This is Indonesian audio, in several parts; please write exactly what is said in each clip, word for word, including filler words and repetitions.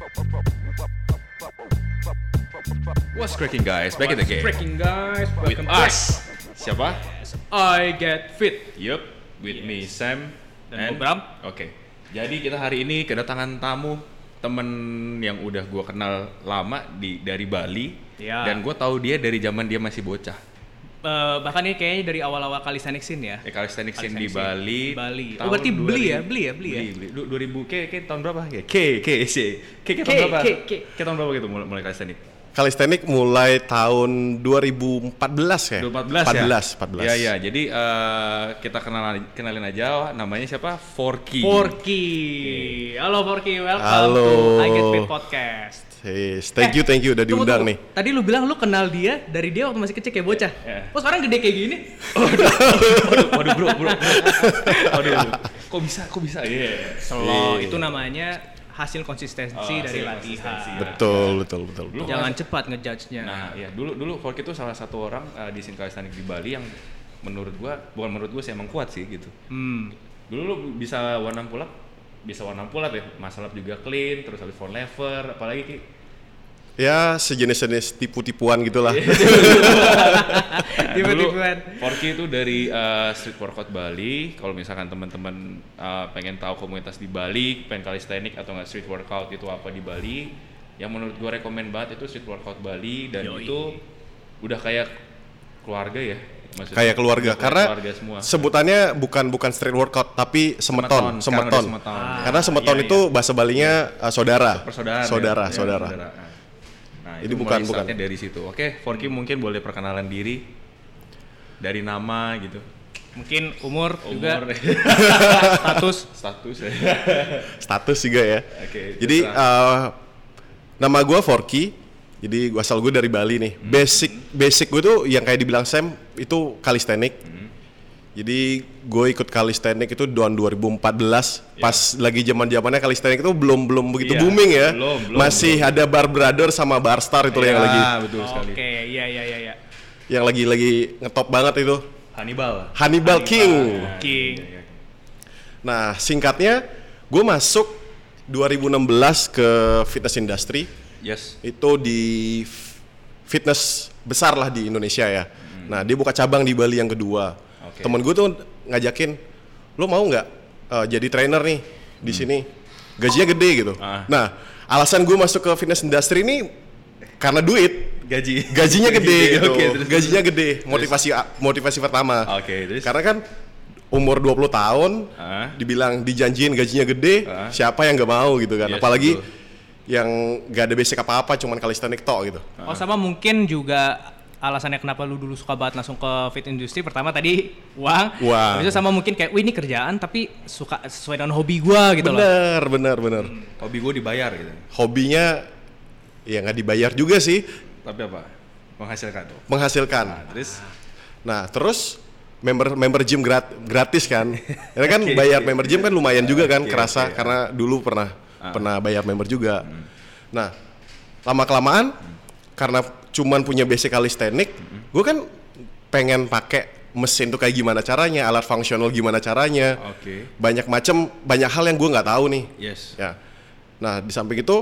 What's cracking guys? Back in the game. Breaking guys, With welcome back. us. Siapa? I get fit. Yup. With me Sam Dan gue Bram. Oke. Jadi kita hari ini kedatangan tamu temen yang udah gua kenal lama di dari Bali. Ya. Dan gua tahu dia dari zaman dia masih bocah. Uh, bahkan ini kayaknya dari awal-awal calisthenics scene ya. Eh calisthenics scene di Calisthenics Bali. Bali. tahun Oh berarti dua beli ribu ya, beli ya, beli ya. Beli, beli. dua ribu K, K tahun berapa? Ya, K, K, C. K, K tahun K, berapa? K, K. K tahun berapa gitu mulai, mulai calisthenics? Calisthenics mulai tahun dua ribu empat belas ya? dua ribu empat belas empat ya? belas, empat belas. Iya, iya. Jadi uh, kita kenal, kenalin aja namanya siapa? Forky. Forky. Halo Forky, welcome Halo. to I Get Fit Podcast. Yes, thank you, thank you udah Tunggu, diundang tunggu. nih. Tadi lu bilang lu kenal dia dari dia waktu masih kecil kayak bocah. Iya. Oh sekarang gede kayak gini? Waduh, waduh bro, bro, bro. Waduh, kok bisa, kok bisa? Iya. Slow, Iya. itu namanya hasil konsistensi Oh, dari hasil latihan. konsistensi, ya. Betul, betul, betul. betul. Dulu Jangan pas- cepat ngejudge-nya. Nah, ya dulu dulu Forky itu salah satu orang uh, di scene calisthenics di Bali yang menurut gua, bukan menurut gua sih emang kuat sih gitu. Hmm. Dulu lu bisa one arm pull up, bisa one arm pull up ya, masalah juga clean, terus habis front lever, apalagi Ki? Ya, sejenis-jenis tipu-tipuan gitulah. Tiba-tiba. Forky itu dari uh, Street Workout Bali. Kalau misalkan teman-teman uh, pengen tahu komunitas di Bali, pengen calisthenics atau nggak street workout itu apa di Bali, yang menurut gue rekomend banget itu Street Workout Bali dan Yoi. itu udah kayak keluarga ya. Maksudnya, Kayak keluarga udah karena keluarga semua. sebutannya bukan bukan street workout tapi semeton, Semeton, sekarang semeton. udah semeton. Ah, Karena semeton iya, itu bahasa Balinya uh, saudara. Persaudaraan. Saudara, ya? saudara. Ya, saudara. Nah, Jadi itu bukan- mulai bukan. startnya dari situ. Oke, Forky mungkin boleh perkenalan diri dari nama gitu. Mungkin umur, juga Umur, status. status ya. Status juga ya. Oke. Jadi terserah. uh, nama gue Forky. Jadi gua asal gue dari Bali nih. Basic basic gue tuh yang kayak dibilang Sam itu calisthenics. Jadi gue ikut calisthenics itu tahun dua ribu empat belas Ya. pas lagi zaman-zamannya calisthenics itu belum belum begitu Iya, booming ya. belum, belum, Masih ada Bar Brother sama Bar Star itu yang Ya, lagi betul sekali. Oke, iya iya iya iya. yang lagi lagi ngetop banget itu. Hannibal. Hannibal King. King. Iya, iya. Nah, singkatnya gue masuk dua ribu enam belas ke fitness industry. Yes. Itu di f- fitness besar lah di Indonesia ya. Nah, dia buka cabang di Bali yang kedua. Oke. Temen gue tuh ngajakin, lo mau nggak uh, jadi trainer nih di sini? Gajinya gede gitu. Ah. Nah, alasan gue masuk ke fitness industry ini karena duit. Gaji. Gajinya gede gitu. Oke, terus, Gajinya gede. Motivasi motivasi pertama. Oke, terus. Karena kan umur dua puluh tahun, Ah. dibilang dijanjiin gajinya gede, Ah. siapa yang nggak mau gitu kan? Yes, Apalagi betul. yang nggak ada basic apa-apa, cuman calisthenics tok gitu. Oh sama mungkin juga alasannya kenapa lu dulu suka banget langsung ke fit industry, pertama tadi uang. Uang. Habis itu sama mungkin kayak, wih ini kerjaan tapi suka sesuai dengan hobi gua gitu loh. Bener, bener, bener. Hobi gue dibayar gitu. Hobinya ya nggak dibayar juga sih, Tapi apa? Menghasilkan. menghasilkan. Nah, terus Nah, terus member member gym grat- gratis kan? Karena kan Oke, bayar oke. member gym kan lumayan juga kan, Oke, kerasa oke. karena dulu pernah Ah. pernah bayar member juga. Nah, lama kelamaan karena cuman punya basic calisthenics, gue kan pengen pakai mesin tuh kayak gimana caranya, alat fungsional gimana caranya. oke. Banyak macam, banyak hal yang gue nggak tahu nih. Yes. Ya. Nah, di samping itu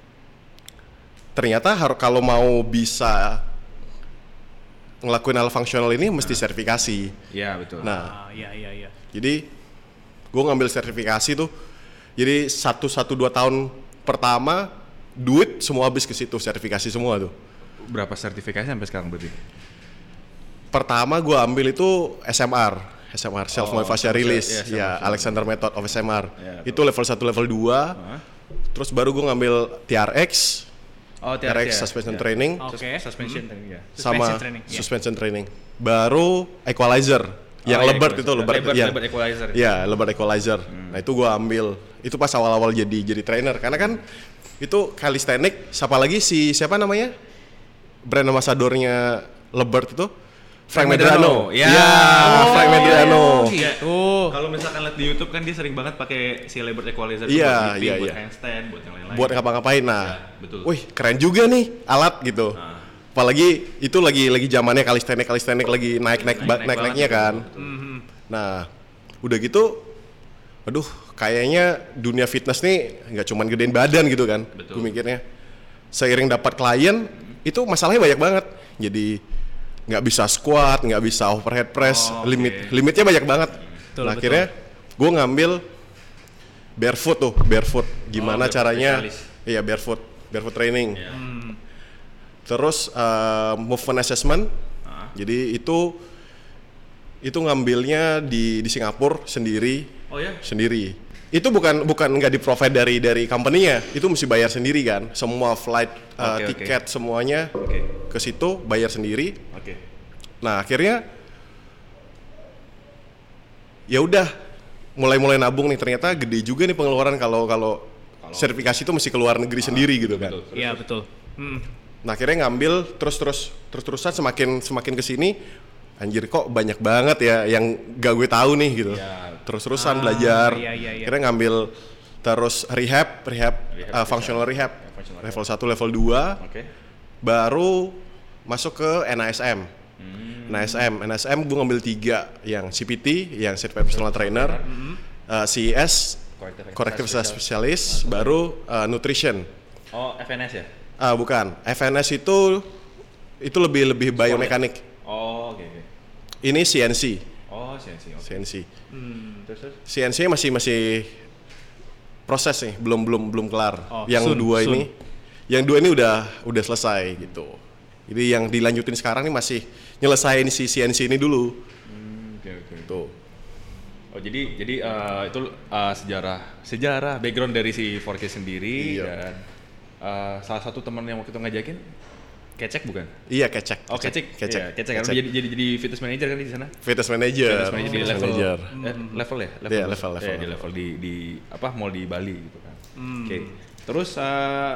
ternyata harus kalau mau bisa ngelakuin hal fungsional ini mesti sertifikasi. Iya, betul. Nah, Ah, iya iya iya. jadi gue ngambil sertifikasi tuh. Jadi satu satu dua tahun pertama duit semua habis ke situ, sertifikasi semua tuh. Berapa sertifikasi sampai sekarang berarti? Pertama gue ambil itu S M R, S M R self Oh, moving fascia self- release, iya, self ya moving. Alexander Method of S M R. Ya, itu level satu level dua. Hah? Terus baru gue ngambil T R X, Oh, T R X suspension training. Oke. Sus- suspension training ya. Sama Suspension training, ya. suspension training. Baru equalizer yang Oh, iya, lebat equalizer. itu lebat Lebat- yang lebat equalizer. ya lebat equalizer. Nah itu gua ambil itu pas awal-awal jadi jadi trainer karena kan itu calisthenics siapa lagi si siapa namanya brand ambassadornya lebat itu Frank Medrano. Ya. Ya, Frank Medrano. Oh, gitu. Kalau misalkan lihat di YouTube kan dia sering banget pakai si lever equalizer Iya, buat dipping, iya, buat iya. handstand, buat yang lain-lain. Buat ngapa-ngapain nah. Ya, betul. Wih, keren juga nih alat gitu. Nah. Apalagi itu lagi lagi zamannya calisthenics calisthenics lagi naik-naik Naik-naik naik-naiknya banget, kan. betul, betul. Mhm. Nah, udah gitu, aduh kayaknya dunia fitness nih nggak cuman gedein badan gitu kan. Gue mikirnya seiring dapat klien itu masalahnya banyak banget. Jadi nggak bisa squat, nggak bisa overhead press, oh, limit okay. limitnya banyak banget. Betul, nah betul. akhirnya gue ngambil barefoot tuh, barefoot gimana barefoot caranya? spesialis. Iya barefoot, barefoot training. Yeah. Hmm. Terus uh, movement assessment. Ah. Jadi itu itu ngambilnya di di Singapura sendiri. Oh ya? Sendiri. Itu bukan bukan nggak di provide dari dari company-nya, itu mesti bayar sendiri kan. Semua flight, uh, Oke, oke. tiket semuanya Oke. ke situ bayar sendiri. Oke. Nah akhirnya ya udah mulai-mulai nabung nih, ternyata gede juga nih pengeluaran kalau kalau sertifikasi itu mesti keluar negeri sendiri gitu kan. Betul. Iya betul. Hmm. Nah akhirnya ngambil terus terus terus terusan semakin semakin kesini, anjir kok banyak banget ya yang gak gue tahu nih gitu. Ya. Terus terusan Ah, belajar. iya, iya, iya. Akhirnya ngambil terus rehab rehab, Rehab uh, functional rehab, Ya, functional level satu level dua, Oke. baru masuk ke N A S M. Hmm. N A S M, N A S M gue ngambil tiga, yang C P T, yang Certified Personal Trainer, uh, C I S, Corrective Corrective Exercise Specialist, baru uh, Nutrition. Oh, F N S ya? Ah bukan, F N S itu itu lebih lebih biomekanik. Oh, oke oke. Ini C N C, Oh, C N C. Oke. C N C. Hmm. Terus terus. C N C masih masih proses nih, belum belum belum kelar. Oh, yang soon, dua soon. ini, yang dua ini udah udah selesai gitu. Jadi yang dilanjutin sekarang nih masih nyelesain si C N C ini dulu. Hmm, oke oke. Tuh. Oh jadi jadi eh, itu eh, sejarah sejarah background dari si four K sendiri Iya. dan eh, salah satu teman yang waktu itu ngajakin Kecek bukan? Iya kecek. Oh Kecek, kecek. Iya, Kecek. Kan jadi jadi jadi fitness manager kan di sana? Fitness manager. Fitness manager di Fitness level manager. eh, level ya? Iya, level, Ya, level. di level di di apa mall di Bali gitu kan. Hmm. Oke. Terus eh,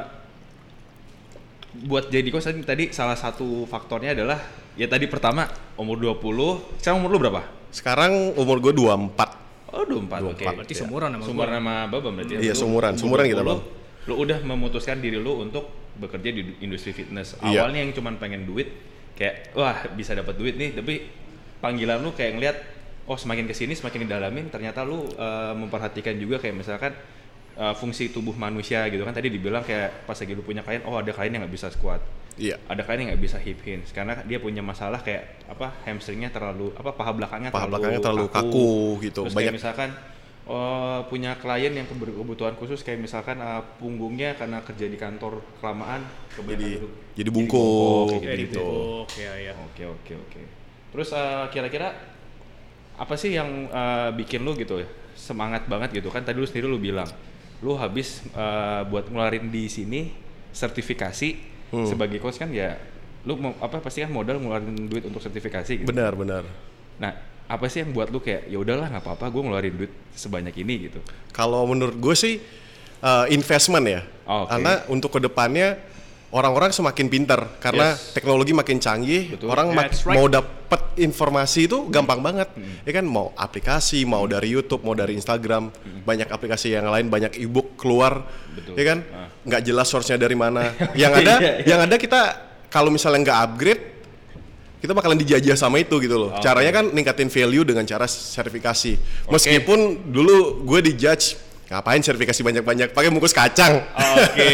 buat jadi coach tadi salah satu faktornya adalah ya tadi pertama umur dua puluh. Sekarang umur lu berapa? Sekarang umur gue dua puluh empat. Oh, dua puluh empat. dua puluh Oke. empat. Berarti Iya. seumuran sama Sumber gua. nama Baba berarti ya? Iya, Lu seumuran. umur Seumuran kita, dua puluh, Bang. Lu udah memutuskan diri lu untuk bekerja di industri fitness. Iya. Awalnya yang cuman pengen duit, kayak wah bisa dapat duit nih, tapi panggilan lu kayak ngeliat, oh semakin kesini semakin didalamin, ternyata lu uh, memperhatikan juga kayak misalkan uh, fungsi tubuh manusia gitu kan. Tadi dibilang kayak pas lagi lu punya klien, oh ada klien yang nggak bisa squat. Iya. Ada klien yang nggak bisa hip hinge karena dia punya masalah kayak apa hamstringnya terlalu apa paha belakangnya Paha terlalu, belakangnya terlalu kaku gitu. Terus Banyak- kayak misalkan oh, punya klien yang kebutuhan khusus kayak misalkan uh, punggungnya karena kerja di kantor kelamaan kebanyakan Jadi duduk. jadi bungkuk kayak Kayak gitu. dibungkuk, ya ya. Oke oke oke. Terus uh, kira-kira apa sih yang uh, bikin lu gitu ya semangat banget gitu kan? Tadi lu sendiri lu bilang lu habis uh, buat ngeluarin di sini sertifikasi Hmm. sebagai coach kan ya lu mau apa pasti kan modal ngeluarin duit untuk sertifikasi gitu. Benar, benar. Nah apa sih yang buat lu kayak ya udahlah nggak apa-apa gue ngeluarin duit sebanyak ini gitu? Kalau menurut gue sih uh, investment ya. Oh, oke. Karena untuk kedepannya orang-orang semakin pintar karena Yes. teknologi makin canggih. Betul. Orang mak- That's right. mau dapat informasi itu gampang banget. Ya kan mau aplikasi, mau dari YouTube, mau dari Instagram, banyak aplikasi yang lain, banyak ebook keluar. Betul. Ya kan? Ah. Nggak jelas source-nya dari mana. yang ada Iya, iya. yang ada kita kalau misalnya nggak upgrade kita bakalan dijajah sama itu gitu loh. Oke. Caranya kan ningkatin value dengan cara sertifikasi. Meskipun dulu gue dijudge ngapain sertifikasi banyak-banyak, pakai bungkus kacang. Oke.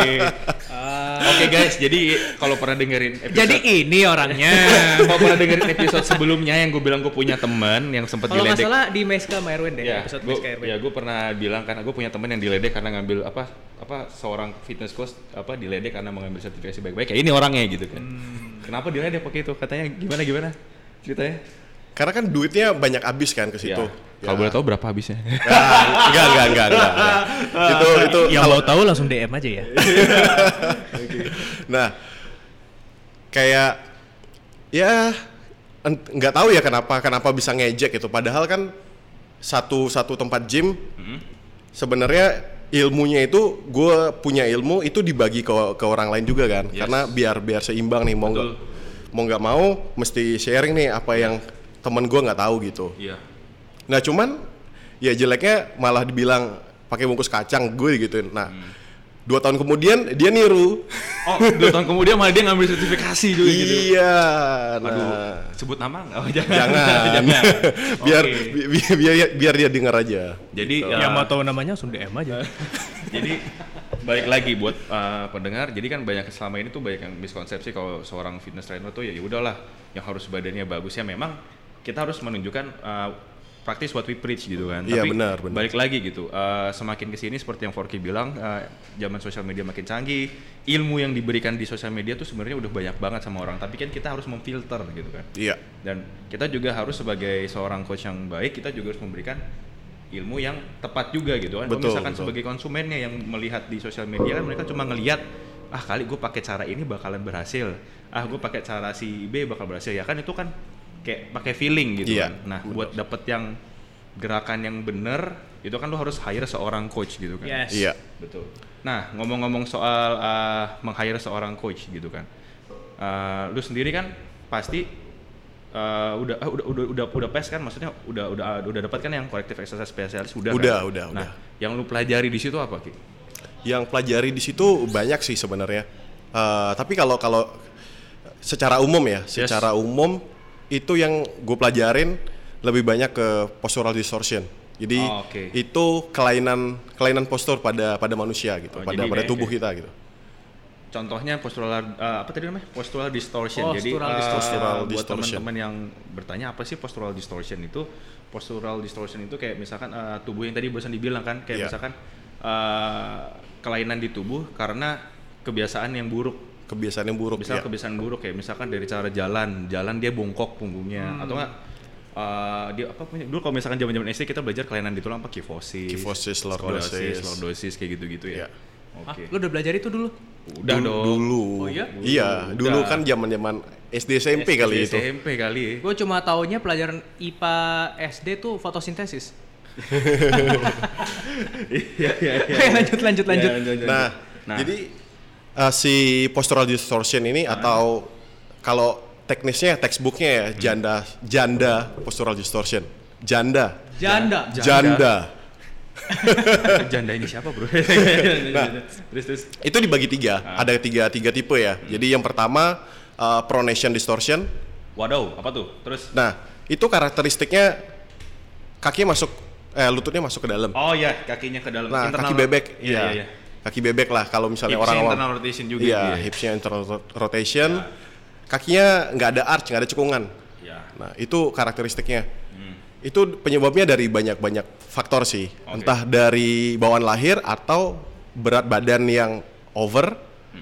Oke guys, jadi kalau pernah dengerin episode Jadi ini orangnya. kalau pernah dengerin episode sebelumnya yang gue bilang gue punya teman yang sempat Kalau nggak diledek. salah di Meska sama Erwin deh, Ya, episode gua, Meska Erwin. ya gue pernah bilang karena gue punya teman yang diledek karena ngambil apa apa seorang fitness coach apa diledek karena mengambil sertifikasi baik-baik. Kayak ini orangnya gitu kan. Hmm. Kenapa diledek pakai itu? Katanya gimana gimana ceritanya? Karena kan duitnya banyak habis kan ke situ. Ya. Kalau boleh tahu berapa habisnya? Ya, enggak, enggak, enggak, enggak, enggak. itu itu Yang kalau mau tahu langsung D M aja ya. nah kayak ya ent- nggak tahu ya kenapa kenapa bisa ngejek gitu. Padahal kan satu satu tempat gym Hmm? sebenarnya ilmunya itu gue punya ilmu itu dibagi ke ke orang lain juga kan. Yes. Karena biar biar seimbang nih mau nggak Betul. mau nggak mau mesti sharing nih apa yang temen gue nggak tahu gitu. Iya. Nah cuman ya jeleknya malah dibilang pakai bungkus kacang gue gituin. Nah Hmm. Dua tahun kemudian dia niru. Oh, dua tahun kemudian malah dia ngambil sertifikasi juga gitu. Iya. Aduh, Nah, sebut nama nggak? Oh, jangan. jangan. Jangan. biar, Oke. bi- bi- biar biar dia dengar aja. Jadi Gitu. ya, Yang mau tahu namanya langsung D M aja. jadi balik lagi buat uh, pendengar. Jadi kan banyak selama ini tuh banyak yang miskonsepsi kalau seorang fitness trainer tuh ya ya udahlah yang harus badannya bagus ya memang kita harus menunjukkan uh, praktis what we preach gitu kan. Iya, Tapi benar, benar. balik lagi gitu, uh, semakin kesini seperti yang Forky bilang, uh, zaman sosial media makin canggih, ilmu yang diberikan di sosial media tuh sebenarnya udah banyak banget sama orang. Tapi kan kita harus memfilter gitu kan. Iya. Dan kita juga harus sebagai seorang coach yang baik, kita juga harus memberikan ilmu yang tepat juga gitu kan. Kalau Betul, misalkan betul. sebagai konsumennya yang melihat di sosial media kan mereka cuma ngelihat ah kali gue pakai cara ini bakalan berhasil, ah gue pakai cara si B bakal berhasil ya kan, itu kan kayak pakai feeling gitu Iya, kan. Nah betul. buat dapet yang gerakan yang bener itu kan lo harus hire seorang coach gitu kan. Yes. Iya. Betul. Nah, ngomong-ngomong soal uh, meng-hire seorang coach gitu kan. Uh, lu sendiri kan pasti uh, udah, uh, udah udah udah udah pes kan, maksudnya udah udah udah dapat kan yang corrective exercise specialist udah. Udah, kan? udah, Nah, udah. yang lu pelajari di situ apa, Ki? Yang pelajari di situ banyak sih sebenarnya. Uh, tapi kalau kalau secara umum ya, Yes. secara umum itu yang gue pelajarin lebih banyak ke postural distortion. Jadi Oh, oke. itu kelainan kelainan postur pada pada manusia gitu, Oh, pada jadi pada kayak- tubuh kita gitu. Contohnya postural uh, apa tadi namanya? Postural distortion. Jadi Postural uh, distortion. Postural buat distortion. teman-teman yang bertanya apa sih postural distortion itu? Postural distortion itu kayak misalkan uh, tubuh yang tadi barusan dibilang kan, kayak Iya. misalkan uh, kelainan di tubuh karena kebiasaan yang buruk. Kebiasaan yang buruk Misal ya. kebiasaan buruk kayak misalkan dari cara jalan, jalan dia bongkok punggungnya atau enggak uh, dia apa punya dulu kalau misalkan zaman-zaman S D kita belajar kelainan di tulang apa kifosis, Kifosis, lordosis. lordosis kayak gitu-gitu ya. Iya. Ah, Oke. lu udah belajar itu dulu? Udah Dulu- dong. Dulu. Oh iya? Iya, Udah. dulu kan zaman-zaman S D S M P kali itu. S M P kali. Gue cuma taunya pelajaran I P A S D tuh fotosintesis. Iya iya iya. Oke, lanjut, lanjut, lanjut. Nah, Nah. jadi uh, si postural distortion ini atau kalau teknisnya textbooknya ya janda janda postural distortion. Janda. Janda. Janda. Janda ini siapa, Bro? Nah. terus terus. Itu dibagi tiga. Ada tiga tiga tipe ya. Jadi yang pertama uh, pronation distortion. Waduh, apa tuh? Terus Nah, itu karakteristiknya kaki masuk eh lututnya masuk ke dalam. oh ya, kakinya ke dalam. Nah, Internal- kaki bebek. Iya iya. iya. Kaki bebek lah kalau misalnya Hipsnya orang awam. internal rotation juga. Iya, gitu ya? hipsnya internal ro- rotation. Kakinya nggak ada arch, nggak ada cekungan. Iya. Nah, itu karakteristiknya. Itu penyebabnya dari banyak-banyak faktor sih. Oke. Entah dari bawaan lahir atau berat badan yang over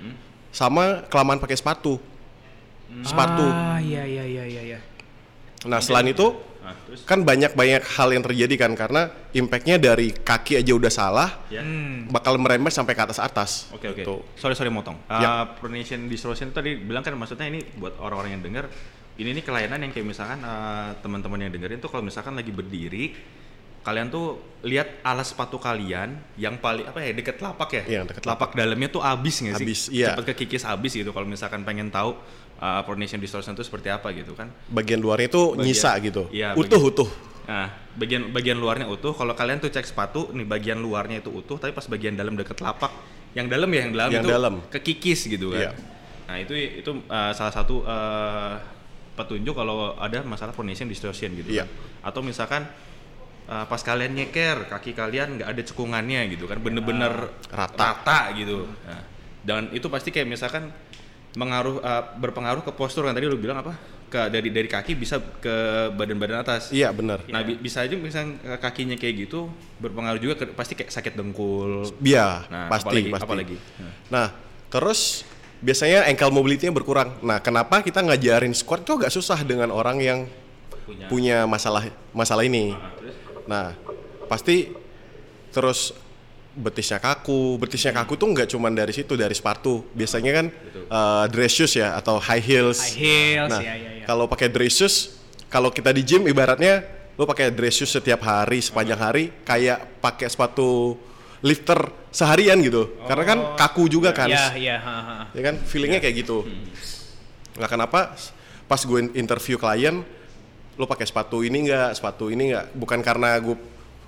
sama kelamaan pakai sepatu. Sepatu. Ah, iya iya iya iya iya. Nah, selain itu Nah, terus kan banyak-banyak hal yang terjadi kan karena impactnya dari kaki aja udah salah, ya. Hmm. bakal merembet sampai ke atas-atas. Oke oke. Gitu. Sorry sorry motong. Ya. Uh, pronation distortion itu tadi bilang kan maksudnya ini buat orang-orang yang dengar ini nih kelainan yang kayak misalkan uh, teman-teman yang dengerin tuh kalau misalkan lagi berdiri kalian tuh lihat alas sepatu kalian yang paling apa ya deket lapak ya. Iya, deket lapak dalamnya tuh abis nggak sih? Abis, iya. Cepet kekikis abis gitu kalau misalkan pengen tahu uh, pronation distortion itu seperti apa gitu kan. Bagian luarnya itu Bagian- nyisa gitu. iya, Utuh-utuh. Nah, bagian bagian luarnya utuh. Kalau kalian tuh cek sepatu, nih bagian luarnya itu utuh, tapi pas bagian dalam deket lapak, yang dalam ya yang dalam Yang itu dalam. kekikis gitu kan. Iya. Nah itu itu uh, salah satu uh, petunjuk kalau ada masalah pronation distortion gitu Iya. kan. Atau misalkan uh, pas kalian nyeker, kaki kalian nggak ada cekungannya gitu kan, bener-bener Rata. gitu. Nah, dan itu pasti kayak misalkan mengaruh uh, berpengaruh ke postur kan tadi lu bilang apa? Ke dari dari kaki bisa ke badan-badan atas. Iya, benar. Nah bi- bisa aja misalnya kakinya kayak gitu berpengaruh juga ke, pasti kayak sakit dengkul. Iya, Nah, pasti, apalagi, pasti. apalagi. Nah, Nah, terus biasanya ankle mobility-nya berkurang. Nah, kenapa kita ngajarin squat itu agak susah dengan orang yang punya. punya masalah masalah ini. Nah, terus? Nah, pasti terus betisnya kaku. Betisnya kaku tuh nggak cuma dari situ, dari sepatu. Biasanya kan uh, dress shoes ya atau high heels. High heels, Nah, ya ya ya. kalau pakai dress shoes, kalau kita di gym ibaratnya lo pakai dress shoes setiap hari sepanjang hari kayak pakai sepatu lifter seharian gitu. Karena kan kaku juga kan. Iya iya, ha, ha. Ya kan feelingnya kayak gitu. Nah, kenapa pas gue interview klien lo pakai sepatu ini enggak, sepatu ini enggak, bukan karena gue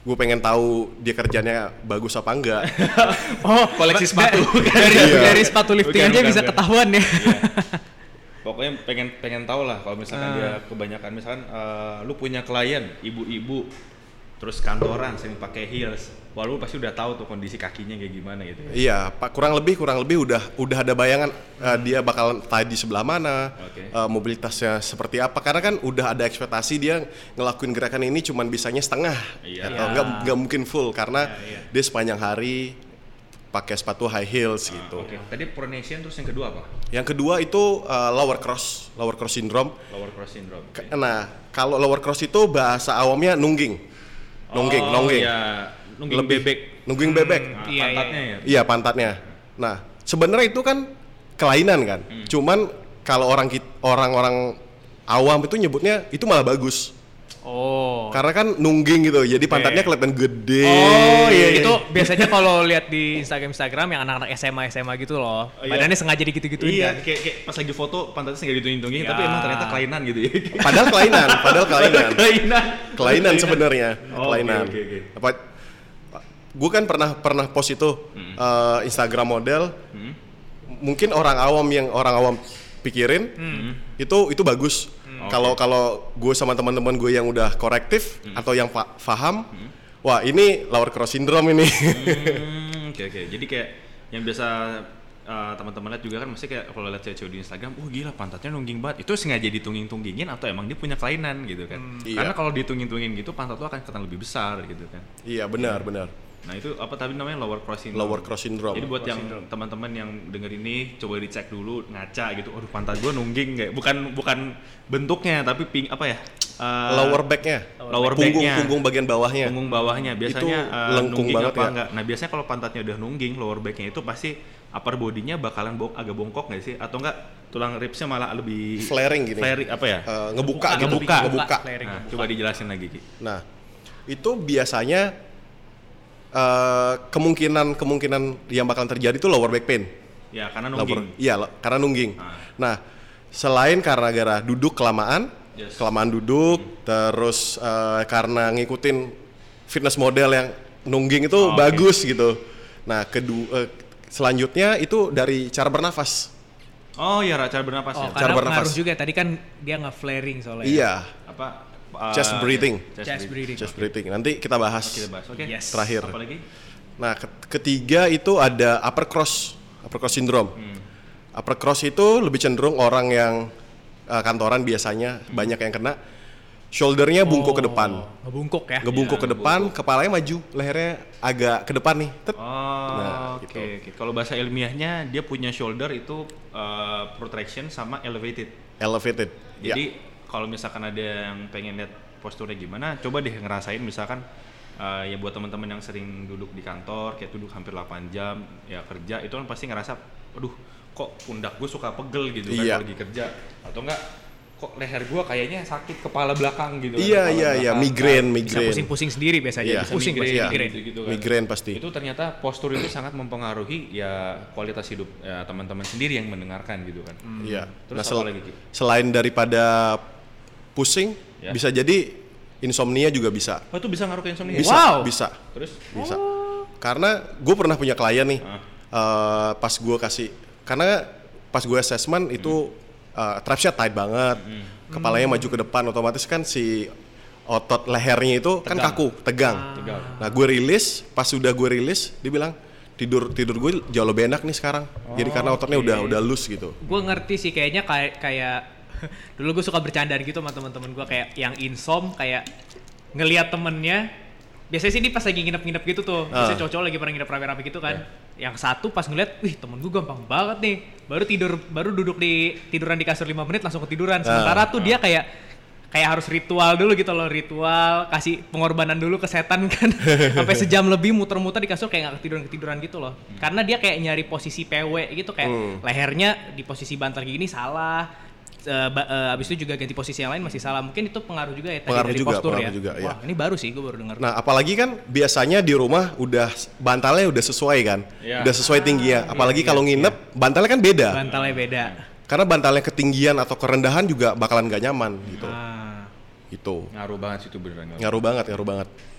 gue pengen tahu dia kerjanya bagus apa enggak. Oh, Koleksi sepatu. dari Iya. dari sepatu lifting Bukan, aja bukan, bisa bukan. ketahuan ya. Iya. Pokoknya pengen pengen tahu lah kalau misalkan Ah. dia kebanyakan misalkan eh, lu punya klien ibu-ibu terus kantoran sering pakai heels, wah lu pasti udah tahu tuh kondisi kakinya kayak gimana gitu ya. Iya, Pak, kurang lebih kurang lebih udah udah ada bayangan uh, dia bakal tie di sebelah mana, Oke. uh, mobilitasnya seperti apa. Karena kan udah ada ekspektasi dia ngelakuin gerakan ini cuman bisanya setengah Iya. atau Iya. nggak nggak mungkin full karena Iya, iya. dia sepanjang hari pakai sepatu high heels gitu. Oke, tadi pronation terus yang kedua apa? Yang kedua itu uh, lower cross, lower cross syndrome. Lower cross syndrome. K- Nah, kalau lower cross itu bahasa awamnya nungging. Nungging, oh, nungging. Ya, nungging Lebih- bebek. Nungging bebek. Nah, Iya, iya, pantatnya iya. ya. Iya, pantatnya. Nah, sebenarnya itu kan kelainan kan. Hmm. Cuman kalau orang kit- orang-orang awam itu nyebutnya itu malah bagus. Oh. Karena kan nungging gitu. Jadi pantatnya Oke. kelihatan gede. Oh iya, itu biasanya kalau lihat di Instagram Instagram yang anak-anak S M A S M A gitu loh. Oh, iya. Badannya sengaja digitu-gituin Iya, kan. kayak, kayak pas lagi foto pantatnya nggak ditungin-tungin, Ya. tapi emang ternyata kelainan gitu ya. Padahal kelainan, padahal kelainan. kelainan. Kelainan sebenarnya, Oh, kelainan. oke, oke, oke. Apa? Gue kan pernah pernah post itu eh, Instagram model. Hmm. Mungkin orang awam yang orang awam pikirin itu itu bagus. Kalau kalau gue sama teman-teman gue yang udah korektif atau yang fa- paham, wah ini lower cross syndrome ini. Hmm, Oke oke. Jadi kayak yang biasa uh, teman-teman lihat juga kan, mesti kayak kalau lihat cewek-cewek di Instagram, wah gila pantatnya nungging banget. Itu sengaja ditungging-tunggingin atau emang dia punya kelainan gitu kan? Iya. Karena kalau ditungging-tunggingin gitu pantat lo akan kelihatan lebih besar gitu kan. Iya benar benar. Nah itu apa tadi namanya lower cross syndrome. Lower cross syndrome. Jadi buat yang teman-teman yang denger ini coba dicek dulu ngaca gitu. Aduh pantat gua nungging kayak bukan bukan bentuknya tapi ping apa ya? Uh, Lower backnya, lower punggung backnya. punggung bagian bawahnya. Punggung bawahnya biasanya Itu uh, lengkung nungging banget apa ya. enggak. Nah biasanya kalau pantatnya udah nungging, lower backnya itu pasti upper bodinya bakalan bong, agak bongkok nggak sih? Atau enggak tulang ribsnya malah lebih Flaring gini. flaring apa ya? Eh, ngebuka gitu, ngebuka. ngebuka. Flaring, Nah, ngebuka. coba dijelasin lagi Ki. Nah, itu biasanya eh, kemungkinan kemungkinan yang bakal terjadi itu lower back pain. Ya karena Lower- nungging. Iya, lo- karena nungging. Ah. Nah, selain karena gara duduk kelamaan, Yes. kelamaan duduk, terus eh, karena ngikutin fitness model yang nungging itu Oh, oke. bagus gitu. Nah, kedua selanjutnya itu dari cara bernafas. Oh iya Ra, cara bernapas Oh, ya. Cara karena bernafas. pengaruh juga tadi kan dia nge-flaring soalnya. Iya, Apa? uh, Chest breathing. Chest, Chest breathing. chest breathing. Nanti kita bahas. Kita bahas. Oke. Yes. Terakhir. Apa lagi? Nah, ke- ketiga itu ada upper cross, upper cross syndrome. Hmm. Upper cross itu lebih cenderung orang yang uh, kantoran biasanya banyak yang kena. Shouldernya bungkuk ke depan, Oh, ngebungkuk ya. ngebungkuk Iya, ke depan, kepalanya maju, lehernya agak ke depan nih. Tet. Oh, Nah, oke. gitu. oke. Kalau bahasa ilmiahnya dia punya shoulder itu uh, protraction sama elevated. Elevated. Ya. Jadi kalau misalkan ada yang pengen lihat posturnya gimana, coba deh ngerasain misalkan uh, ya buat teman-teman yang sering duduk di kantor, kayak duduk hampir delapan jam ya kerja, itu kan pasti ngerasa, aduh kok pundak gue suka pegel gitu kan Iya. kalau lagi kerja, atau enggak kok leher gue kayaknya sakit kepala belakang gitu. kan, Iya, kepala iya, iya, belakang. migrain, Bisa migrain. pusing-pusing sendiri biasanya. Iya. Bisa pusing migrain, pasti iya. migrain. gitu kan. Migrain pasti. Itu ternyata postur itu sangat mempengaruhi ya kualitas hidup ya, teman-teman sendiri yang mendengarkan gitu kan. Iya. Terus Nah, apa sel- lagi, Ki? selain daripada pusing, Ya. bisa jadi insomnia juga bisa. Oh itu bisa ngaruh ke insomnia? Bisa, Wow. bisa. Terus? Bisa. Karena gue pernah punya klien nih, Ah. eh, pas gue kasih, karena pas gue assessment itu eh, trapsnya tight banget, kepalanya maju ke depan, otomatis kan si otot lehernya itu kan Tegang. kaku, tegang. Tegang. Nah gue rilis, pas sudah gue rilis, dia bilang tidur tidur gue jauh lebih enak nih sekarang. Jadi karena ototnya oke. udah udah loose gitu. Gue ngerti sih kayaknya kayak kayak dulu gue suka bercandaan gitu sama teman-teman gue kayak yang insom kayak ngelihat temennya biasanya sih dia pas lagi nginep-nginep gitu tuh biasanya Ah. cowok-cowok lagi pernah nginep rame-rame gitu kan yang satu pas ngeliat wih temen gue gampang banget nih baru tidur baru duduk di tiduran di kasur lima menit langsung ketiduran sementara tuh dia kayak kayak harus ritual dulu gitu loh ritual kasih pengorbanan dulu ke setan kan sampai sejam lebih muter-muter di kasur kayak nggak ketiduran ketiduran gitu loh karena dia kayak nyari posisi P W gitu kayak Hmm. lehernya di posisi bantal gini salah eh, ba- eh, abis itu juga ganti posisi yang lain masih salah mungkin itu pengaruh juga ya tadi Pengaruh dari juga, postur pengaruh ya juga, iya. wah ini baru sih gue baru dengar Nah apalagi kan biasanya di rumah udah bantalnya udah sesuai kan, Iya. udah sesuai tingginya. Apalagi iya, kalau nginep bantalnya kan beda. bantalnya beda Karena bantalnya ketinggian atau kerendahan juga bakalan gak nyaman gitu. ah. Gitu. Ngaruh banget sih itu beneran. Ngaruh. Ngaruh banget, ngaruh banget. Oke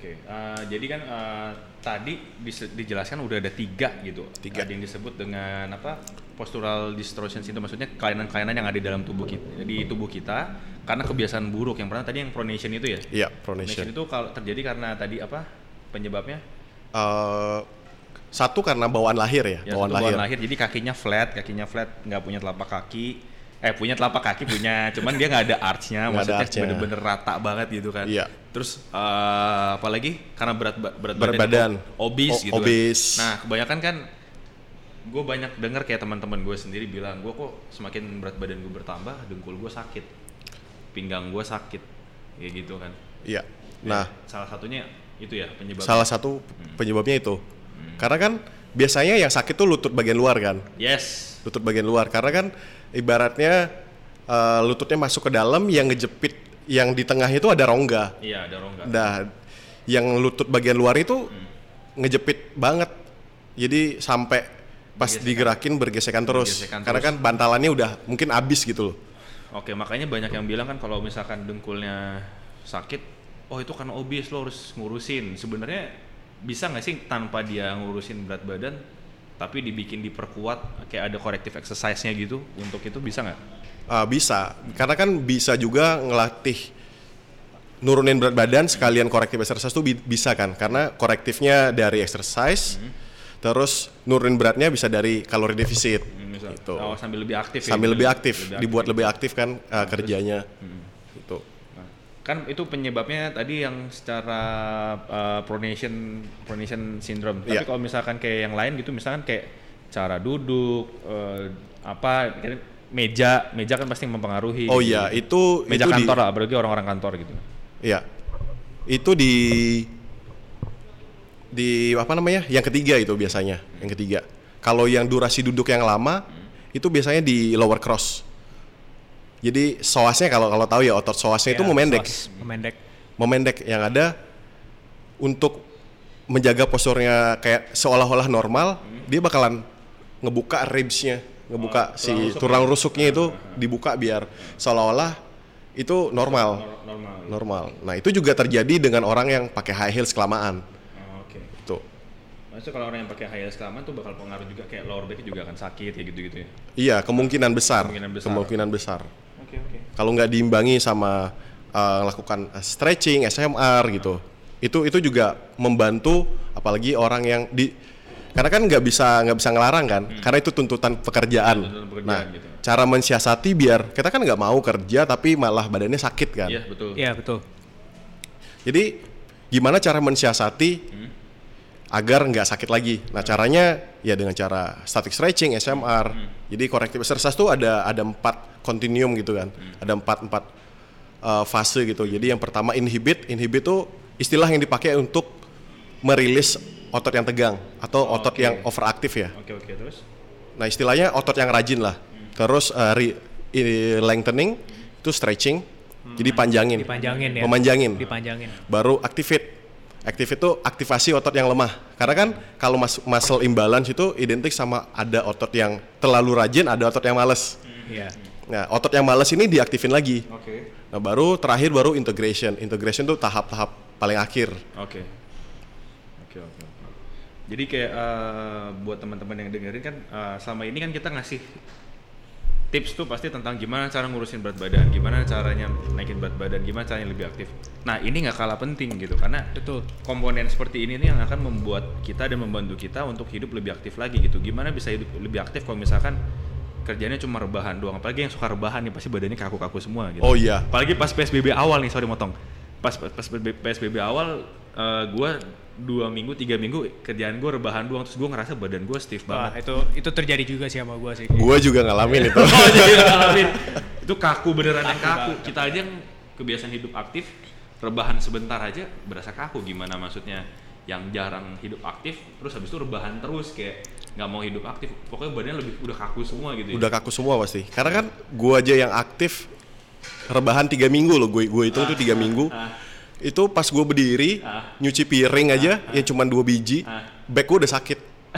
oke. Uh, jadi kan uh, tadi dis- dijelaskan udah ada tiga gitu. Tiga. Ada yang disebut dengan apa? Postural distortion itu maksudnya kelainan-kelainan yang ada di dalam tubuh kita, di tubuh kita karena kebiasaan buruk. Yang pertama tadi yang pronation itu ya? Iya, pronation. Pronation itu kalau terjadi karena tadi apa? Penyebabnya? Uh, satu karena bawaan lahir ya, Ya, bawaan satu lahir. bawaan lahir. Jadi kakinya flat, kakinya flat, nggak punya telapak kaki. Eh punya telapak kaki punya, cuman dia nggak ada arch-nya, Nggak ada maksudnya arch-nya. bener-bener rata banget gitu kan. Iya. Terus uh, apalagi karena berat ba- berat, Berat badan. obes O- gitu obes. kan. Nah kebanyakan kan gue banyak dengar kayak teman-teman gue sendiri bilang gue kok semakin berat badan gue bertambah, dengkul gue sakit, pinggang gue sakit, kayak gitu kan. Iya. Ya, Nah, salah satunya itu ya penyebab. salah satu penyebabnya itu. Karena kan biasanya yang sakit tuh lutut bagian luar kan. Yes. Lutut bagian luar karena kan ibaratnya uh, lututnya masuk ke dalam, yang ngejepit yang di tengah itu ada rongga. Iya ada rongga. Nah, yang lutut bagian luar itu ngejepit banget. Jadi sampai pas Bergesekan. digerakin bergesekan terus. Bergesekan Karena terus. kan bantalannya udah mungkin habis gitu loh. Oke, makanya banyak yang bilang kan kalau misalkan dengkulnya sakit, oh itu karena obes lo harus ngurusin. Sebenarnya bisa nggak sih tanpa dia ngurusin berat badan, tapi dibikin diperkuat kayak ada corrective exercise-nya gitu, untuk itu bisa nggak? Uh, bisa, karena kan bisa juga ngelatih nurunin berat badan sekalian corrective exercise tuh bi- bisa kan, karena korektifnya dari exercise, terus nurunin beratnya bisa dari kalori defisit. Hmm, misal. Gitu. Oh sambil lebih aktif. Sambil ya? lebih aktif, dibuat lebih aktif kan uh, kerjanya. Hmm. Gitu. Nah, kan itu penyebabnya tadi yang secara uh, pronation pronation syndrome. Tapi Iya. kalau misalkan kayak yang lain gitu, misalkan kayak cara duduk, uh, apa meja, meja kan pasti mempengaruhi. Oh gitu. iya, itu Meja itu kantor di, lah, apalagi orang-orang kantor gitu. Iya. Itu di di apa namanya? Yang ketiga itu biasanya, yang ketiga. Kalau yang durasi duduk yang lama, Hmm. itu biasanya di lower cross. Jadi psoasnya kalau kalau tahu ya, otot psoasnya itu Ya, memendek. sos, memendek. Memendek yang ada untuk menjaga posturnya kayak seolah-olah normal, dia bakalan ngebuka ribs-nya, ngebuka Oh, si tulang rusuk. tulang rusuknya itu dibuka biar seolah-olah itu normal. Nor- normal. Normal. Nah, itu juga terjadi dengan orang yang pakai high heels kelamaan. Oh, Oke. Itu. Maksudnya kalau orang yang pakai high heels kelamaan tuh bakal pengaruh juga, kayak lower back juga akan sakit kayak gitu-gitu ya. Iya, kemungkinan besar. Kemungkinan besar. Kemungkinan besar. Oke, oke. Kalau nggak diimbangi sama uh, lakukan uh, stretching, S M R gitu. Itu itu juga membantu, apalagi orang yang di karena kan nggak bisa nggak bisa ngelarang kan, karena itu tuntutan pekerjaan. Tuntutan pekerjaan Nah, gitu. cara mensiasati biar kita kan nggak mau kerja tapi malah badannya sakit kan. Iya, betul. Iya betul. Jadi gimana cara mensiasati Hmm. agar nggak sakit lagi? Nah caranya ya dengan cara static stretching, S M R. Hmm. Jadi corrective exercise tuh ada ada empat continuum gitu kan, Hmm. ada empat empat uh, fase gitu. Jadi yang pertama inhibit, inhibit tuh istilah yang dipakai untuk merilis otot yang tegang atau Oh, otot oke. yang overaktif ya. Oke, oke, terus? Nah istilahnya otot yang rajin lah. Terus uh, re- i- lengthening itu stretching, jadi panjangin, Dipanjangin ya. memanjangin. Dipanjangin. Baru activate. Activate itu aktivasi otot yang lemah. Karena kan kalau mas- muscle imbalance itu identik sama ada otot yang terlalu rajin, ada otot yang males. Iya. Nah, otot yang males ini diaktifin lagi. Oke. Nah, baru terakhir baru integration. Integration itu tahap-tahap paling akhir. Oke. Oke, oke. oke. Jadi kayak eh, buat teman-teman yang dengerin kan, eh, selama ini kan kita ngasih tips tuh pasti tentang gimana cara ngurusin berat badan, gimana caranya naikin berat badan, gimana caranya lebih aktif. Nah ini nggak kalah penting gitu, karena Betul. komponen seperti ini nih yang akan membuat kita dan membantu kita untuk hidup lebih aktif lagi gitu. Gimana bisa hidup lebih aktif kalau misalkan kerjanya cuma rebahan doang, apalagi yang suka rebahan nih pasti badannya kaku-kaku semua gitu. Oh iya. Apalagi pas P S B B awal nih, sorry motong. Pas pas P S B B awal, uh, gue dua minggu, tiga minggu kerjaan gue rebahan doang, terus gue ngerasa badan gue stiff Wah, banget. itu itu terjadi juga sih sama gua sih. Gua juga ngalamin itu. Oh jadi ngalamin. Itu kaku beneran yang kaku. Kita aja yang kebiasaan hidup aktif, rebahan sebentar aja berasa kaku. Gimana maksudnya yang jarang hidup aktif, terus habis itu rebahan terus kayak nggak mau hidup aktif. Pokoknya badannya lebih udah kaku semua gitu. Udah kaku semua pasti. Karena kan gua aja yang aktif rebahan tiga minggu loh. Gue gue hitung tuh tiga minggu. Ah. Itu pas gue berdiri Ah. nyuci piring aja Ah. ya cuma dua biji, Ah. back gue udah sakit.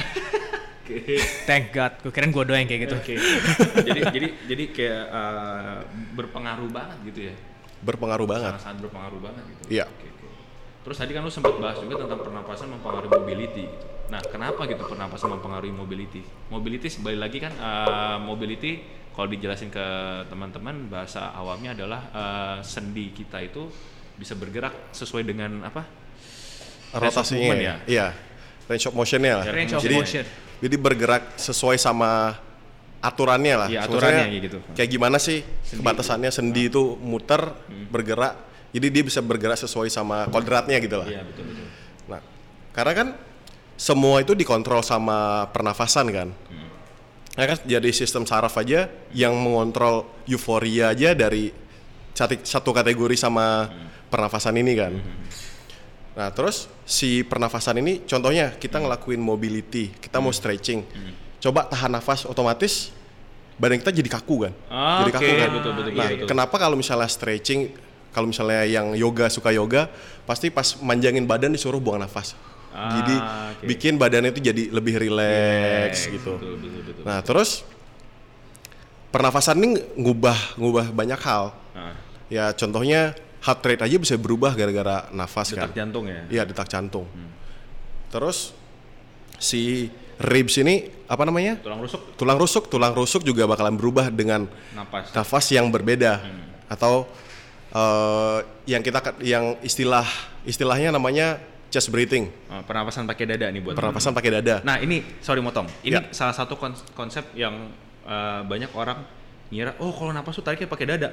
Oke. Thank God. Gua kirain gua doang yang kayak gitu. Oke. jadi jadi jadi kayak uh, berpengaruh banget gitu ya. Berpengaruh banget. Sangat-sangat berpengaruh banget gitu. Iya. Oke, oke. Terus tadi kan lu sempat bahas juga tentang pernapasan mempengaruhi mobility gitu. Nah, kenapa gitu pernapasan mempengaruhi mobility? Mobility kembali lagi kan uh, mobility kalau dijelasin ke teman-teman bahasa awamnya adalah uh, sendi kita itu bisa bergerak sesuai dengan apa? Rotasinya ya. Iya. Range of motion-nya lah. Ya, range of jadi, motion. Jadi bergerak sesuai sama aturannya lah. Iya, aturannya gitu. Kayak gimana sih sendi kebatasannya itu. Sendi itu muter, hmm. bergerak. Jadi dia bisa bergerak sesuai sama kodratnya gitu lah. Iya, betul betul. Nah, karena kan semua itu dikontrol sama pernafasan kan. Hmm. Ya kan jadi sistem saraf aja yang mengontrol euforia aja dari satu kategori sama hmm. pernafasan ini kan. Hmm. Nah, terus si pernafasan ini contohnya kita hmm. ngelakuin mobility, kita hmm. mau stretching. Hmm. Coba tahan nafas otomatis badan kita jadi kaku kan. Ah, jadi okay. kaku kan. Betul, betul, nah, betul. Kenapa kalau misalnya stretching, kalau misalnya yang yoga suka yoga, pasti pas manjangin badan disuruh buang nafas. Ah, jadi okay. bikin badannya itu jadi lebih rileks yes, gitu. Betul, betul, betul, nah, terus pernafasan ini ngubah ngubah banyak hal. Ah. Ya contohnya heart rate aja bisa berubah gara-gara nafas detak kan. Detak jantung ya? Iya, detak jantung. Hmm. Terus si ribs ini apa namanya? Tulang rusuk. Tulang rusuk, tulang rusuk juga bakalan berubah dengan nafas, nafas yang berbeda. Hmm. Atau uh, yang kita yang istilah istilahnya namanya chest breathing. Oh, pernapasan pakai dada nih buat. Pernapasan pakai dada. Nah, ini sorry motong. Ini ya. salah satu konsep yang uh, banyak orang ngira, oh kalau napas tuh tariknya pakai dada.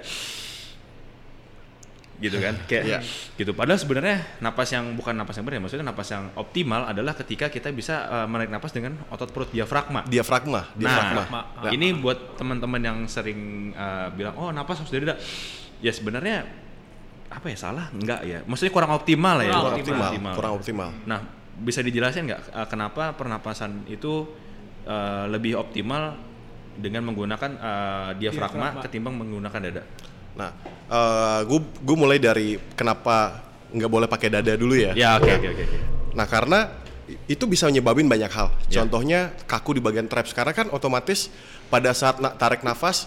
Gitu kan, kayak yeah. gitu. Padahal sebenarnya napas yang bukan napas yang benar, maksudnya napas yang optimal adalah ketika kita bisa uh, menarik napas dengan otot perut diafragma. Diafragma, diafragma. Nah, nah, ini buat teman-teman yang sering uh, bilang, oh napas harus dari dada. Ya sebenarnya apa ya salah? Enggak ya. Maksudnya kurang optimal lah ya. Kurang optimal. optimal. Kurang optimal. Nah, bisa dijelasin nggak uh, kenapa pernapasan itu uh, lebih optimal dengan menggunakan uh, diafragma, diafragma ketimbang menggunakan dada? Nah, gue uh, gue mulai dari kenapa nggak boleh pakai dada dulu ya. Ya, oke oke oke. Nah, karena itu bisa nyebabin banyak hal. Ya. Contohnya kaku di bagian traps. Karena kan otomatis pada saat na- tarik nafas,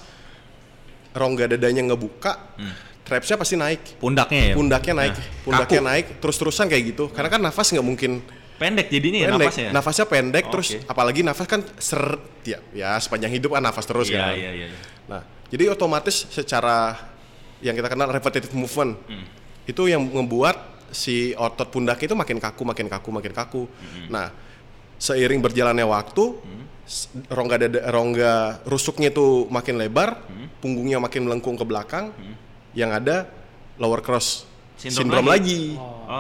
rongga dadanya ngebuka, hmm. trapsnya pasti naik. Pundaknya ya. Pundaknya naik, nah, pundaknya kaku. naik terus-terusan kayak gitu. Karena kan nafas nggak mungkin pendek jadinya pendek. nafasnya. Nafasnya pendek oh, terus okay. apalagi nafas kan ser ya, ya sepanjang hidup kan nafas terus yeah, kan. Iya iya iya. Nah, jadi otomatis secara yang kita kenal repetitive movement hmm. itu yang membuat si otot pundak itu makin kaku, makin kaku, makin kaku. Hmm. Nah, seiring berjalannya waktu, hmm. rongga dada, rongga rusuknya itu makin lebar, hmm. punggungnya makin melengkung ke belakang, hmm. yang ada lower cross syndrome, syndrome lagi. lagi.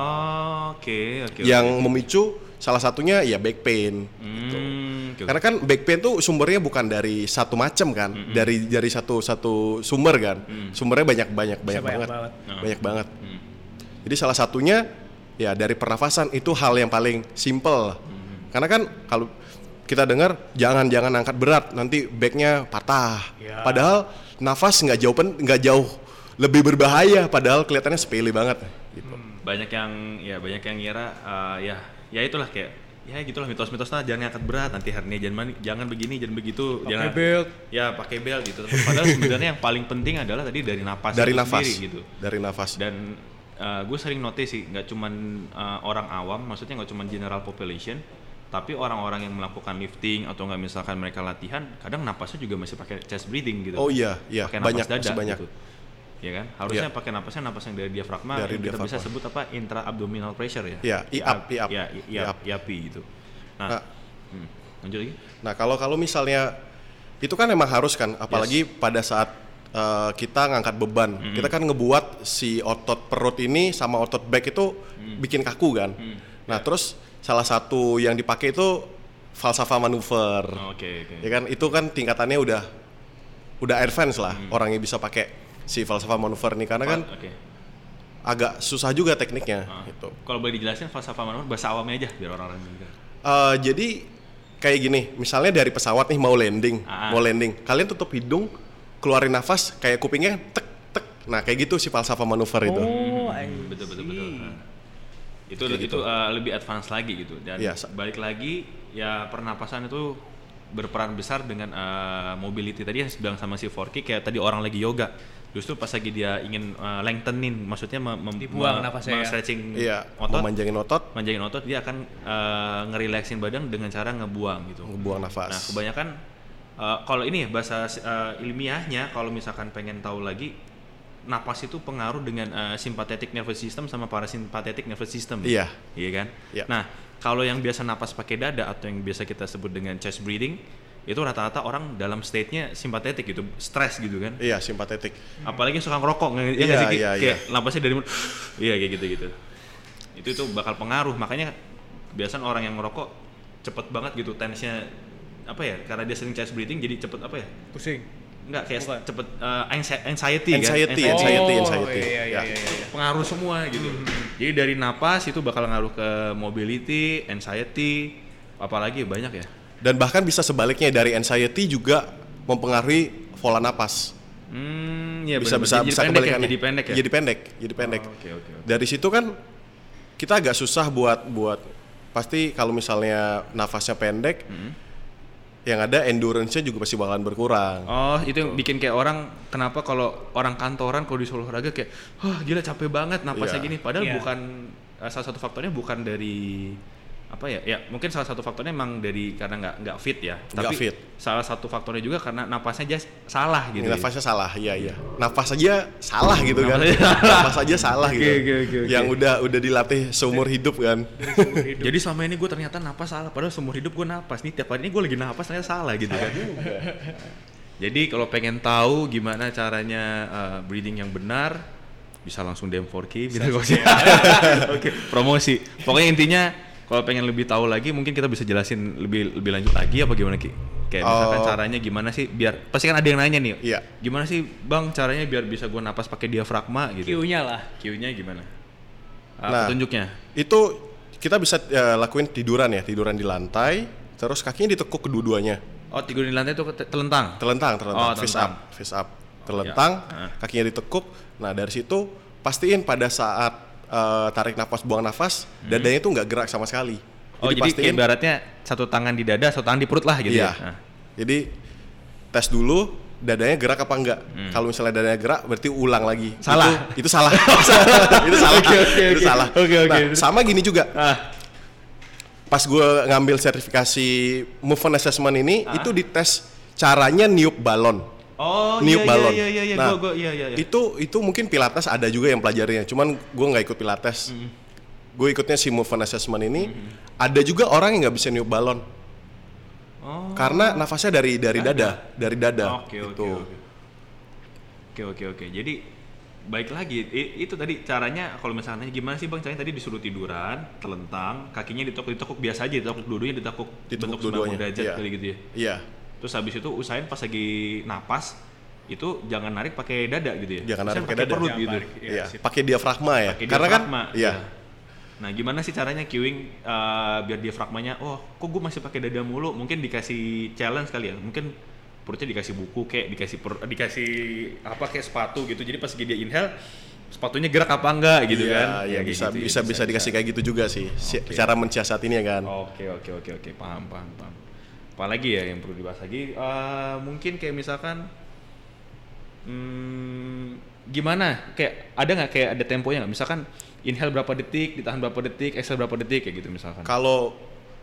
Oh, oke, okay, oke. Okay, yang okay. memicu salah satunya ya back pain. Hmm. Gitu. Okay. Karena kan back pain tuh sumbernya bukan dari satu macam kan, mm-hmm. dari dari satu satu sumber kan, mm. sumbernya banyak banyak banyak banyak banget, banget. No. banyak banget. Mm. Jadi salah satunya ya dari pernafasan itu hal yang paling simple. Mm. Karena kan kalau kita dengar jangan jangan angkat berat nanti backnya patah. Yeah. Padahal nafas nggak jauh pen nggak jauh lebih berbahaya. Padahal kelihatannya sepele banget. Gitu. Hmm. Banyak yang ya banyak yang ngira uh, ya ya itulah kayak ya gitulah mitos-mitos nah jangan angkat berat nanti hernia jangan mani, jangan begini jangan begitu pakai jangan belt ya pakai belt gitu. Padahal sebenarnya yang paling penting adalah tadi dari nafas dari nafas sendiri gitu. Dari nafas. Dan uh, gue sering notice sih nggak cuman uh, orang awam, maksudnya nggak cuman general population, tapi orang-orang yang melakukan lifting atau nggak misalkan mereka latihan kadang napasnya juga masih pakai chest breathing gitu. Oh iya iya pakai banyak napas dada banyak. Gitu. Ya kan harusnya yeah. pakai napasnya napas yang dari diafragma dari yang kita diafragma. bisa sebut apa intra abdominal pressure ya. Iya, I A P, I A P. Ya, I A P, I A P gitu. Nah, nah hmm, lanjut lagi. Nah, kalau kalau misalnya itu kan emang harus kan, apalagi yes. pada saat uh, kita ngangkat beban, mm-hmm. kita kan ngebuat si otot perut ini sama otot back itu mm. bikin kaku kan. Mm. Nah, yeah. terus salah satu yang dipakai itu falsafa manuver. Oh, okay, okay. Ya kan, itu kan tingkatannya udah udah advance lah, mm. orang yang bisa pakai si falsafa manuver ini karena kan okay. agak susah juga tekniknya. Ah. Gitu. Kalau boleh dijelasin falsafa manuver bahasa awamnya aja biar orang-orang juga. Uh, jadi kayak gini, misalnya dari pesawat nih mau landing, ah. mau landing, kalian tutup hidung, keluarin nafas, kayak kupingnya tek tek, nah kayak gitu si falsafa manuver itu. Oh, hmm, betul betul betul. Nah, itu kayak itu gitu. uh, lebih advance lagi gitu dan ya, balik lagi ya pernapasan itu berperan besar dengan uh, mobility tadi yang bilang sama si Forky kayak tadi orang lagi yoga. Justru pas lagi dia ingin uh, lengthenin, maksudnya mem- mem- Dibuang mem- nafasnya ya. stretching Iya, otot, memanjangin otot, manjangin otot, dia akan uh, ngerelaksin badan dengan cara ngebuang gitu. ngebuang nafas. Nah, kebanyakan uh, kalau ini ya bahasa uh, ilmiahnya, kalau misalkan pengen tahu lagi, napas itu pengaruh dengan uh, sympathetic nervous system sama parasympathetic nervous system. Iya. Iya kan? Iya. Nah, kalau yang biasa napas pakai dada atau yang biasa kita sebut dengan chest breathing, itu rata-rata orang dalam state-nya simpatetik gitu, stres gitu kan. Iya, simpatetik. Apalagi suka ngerokok, nggak ya Iya, nggak sih? Ki? iya, Kayak iya. napasnya dari mulut, iya kayak gitu-gitu. Itu itu bakal pengaruh, makanya biasanya orang yang ngerokok cepet banget gitu tensinya, apa ya, karena dia sering chest breathing jadi cepet apa ya? Pusing. Enggak, kayak Bukan. cepet uh, anxi- anxiety, kan? Anxiety, Oh, anxiety, anxiety. iya, iya, Ya. iya, iya. Pengaruh semua gitu. Jadi dari napas itu bakal ngaruh ke mobility, anxiety, apalagi banyak ya. Dan bahkan bisa sebaliknya, dari anxiety juga mempengaruhi pola napas. Hmm, ya bisa bener-bener. bisa jadi bisa pendek ya, kebalikannya. jadi pendek ya. Jadi pendek, jadi pendek. Oh, oke, oke, oke. Dari situ kan kita agak susah buat buat pasti kalau misalnya nafasnya pendek, Hmm. yang ada endurance-nya juga pasti bakalan berkurang. Oh, itu yang bikin kayak orang, kenapa kalau orang kantoran kalau disuruh olahraga kayak, wah gila capek banget napasnya Iya. gini. Padahal Iya. bukan, uh, salah satu faktornya bukan dari apa ya? Ya mungkin salah satu faktornya emang dari karena nggak nggak fit ya. Nggak Tapi fit. salah satu faktornya juga karena napasnya aja salah gitu. ya. Nafasnya salah, iya iya. Nafas aja salah gitu kan. Nafas aja salah. Nafas aja salah Oke, gitu. oke, oke, oke. Yang udah udah dilatih seumur hidup kan. Jadi selama ini gue ternyata napas salah, padahal seumur hidup gue napas nih, tiap hari ini gue lagi napas ternyata salah gitu kan. Jadi kalau pengen tahu gimana caranya uh, breathing yang benar, bisa langsung D M four K bisa kok sih. Oke, promosi. Pokoknya intinya kalau pengen lebih tahu lagi mungkin kita bisa jelasin lebih lebih lanjut lagi apa gimana Ki? Kayak misalkan Oh. caranya gimana sih biar, pasti kan ada yang nanya nih. Iya. Gimana sih Bang caranya biar bisa gue napas pakai diafragma gitu. Q-nya lah. Q-nya gimana? Uh, Nah. petunjuknya. Itu kita bisa ya, lakuin tiduran ya, tiduran di lantai, terus kakinya ditekuk kedua-duanya. Oh, tidur di lantai itu te- telentang. Telentang, telentang, Oh, face telentang. up, face up. Telentang, Ya. kakinya ditekuk. Nah, dari situ pastiin pada saat eh, tarik nafas, buang nafas, dadanya itu nggak gerak sama sekali. Oh, jadi, kayak ibaratnya satu tangan di dada, satu tangan di perut lah gitu Iya. ya. Nah. Jadi tes dulu dadanya gerak apa enggak. Hmm. Kalau misalnya dadanya gerak berarti ulang lagi. Salah. Itu, itu salah. itu salah. Oke, oke, itu oke. salah. Oke, oke. Nah, sama gini juga. Ah. Pas gue ngambil sertifikasi movement assessment ini, itu dites caranya niup balon. Oh, Niup iya, balon. iya iya iya, Nah, gua gua iya iya. iya. Itu itu mungkin Pilates ada juga yang pelajarinya. Cuman gue nggak ikut Pilates. Hmm. Gue ikutnya si movement assessment ini. Ada juga orang yang nggak bisa niup balon. Oh. Karena nafasnya dari dari dada, dari dada. Oke oke gitu. oke. Oke oke oke. Jadi baik lagi i- itu tadi caranya, kalau misalnya gimana sih Bang caranya, tadi disuruh tiduran, telentang, kakinya ditekuk ditekuk biasa aja, ditekuk dua-duanya ditekuk Ditekuk bentuk sembilan puluh dua-duanya, derajat iya. kali gitu ya. Iya, Terus habis itu usahain pas lagi napas itu jangan narik pakai dada gitu ya. Jangan narik Usahain pakai dada. perut Jangan gitu. tarik. Iya, iya. sip. Pakai diafragma ya. Pakai Karena diafragma, kan, iya. Nah, gimana sih caranya cueing uh, biar diafragmanya, oh, kok gue masih pakai dada mulu? Mungkin dikasih challenge kali ya. Mungkin perutnya dikasih buku kayak dikasih per, dikasih apa kayak sepatu gitu. Jadi pas dia inhale, sepatunya gerak apa enggak gitu Iya, kan? iya, Ya, kayak bisa, gitu ya, bisa bisa dikasih kayak gitu juga sih. Si- Oke. Cara mensiasatinya kan. Oke, oke, oke, oke. Paham, paham, paham. Apalagi ya yang perlu dibahas lagi? Uh, mungkin kayak misalkan hmm, gimana? Kayak ada nggak kayak ada temponya nggak? Misalkan inhale berapa detik, ditahan berapa detik, exhale berapa detik kayak gitu misalkan. Kalau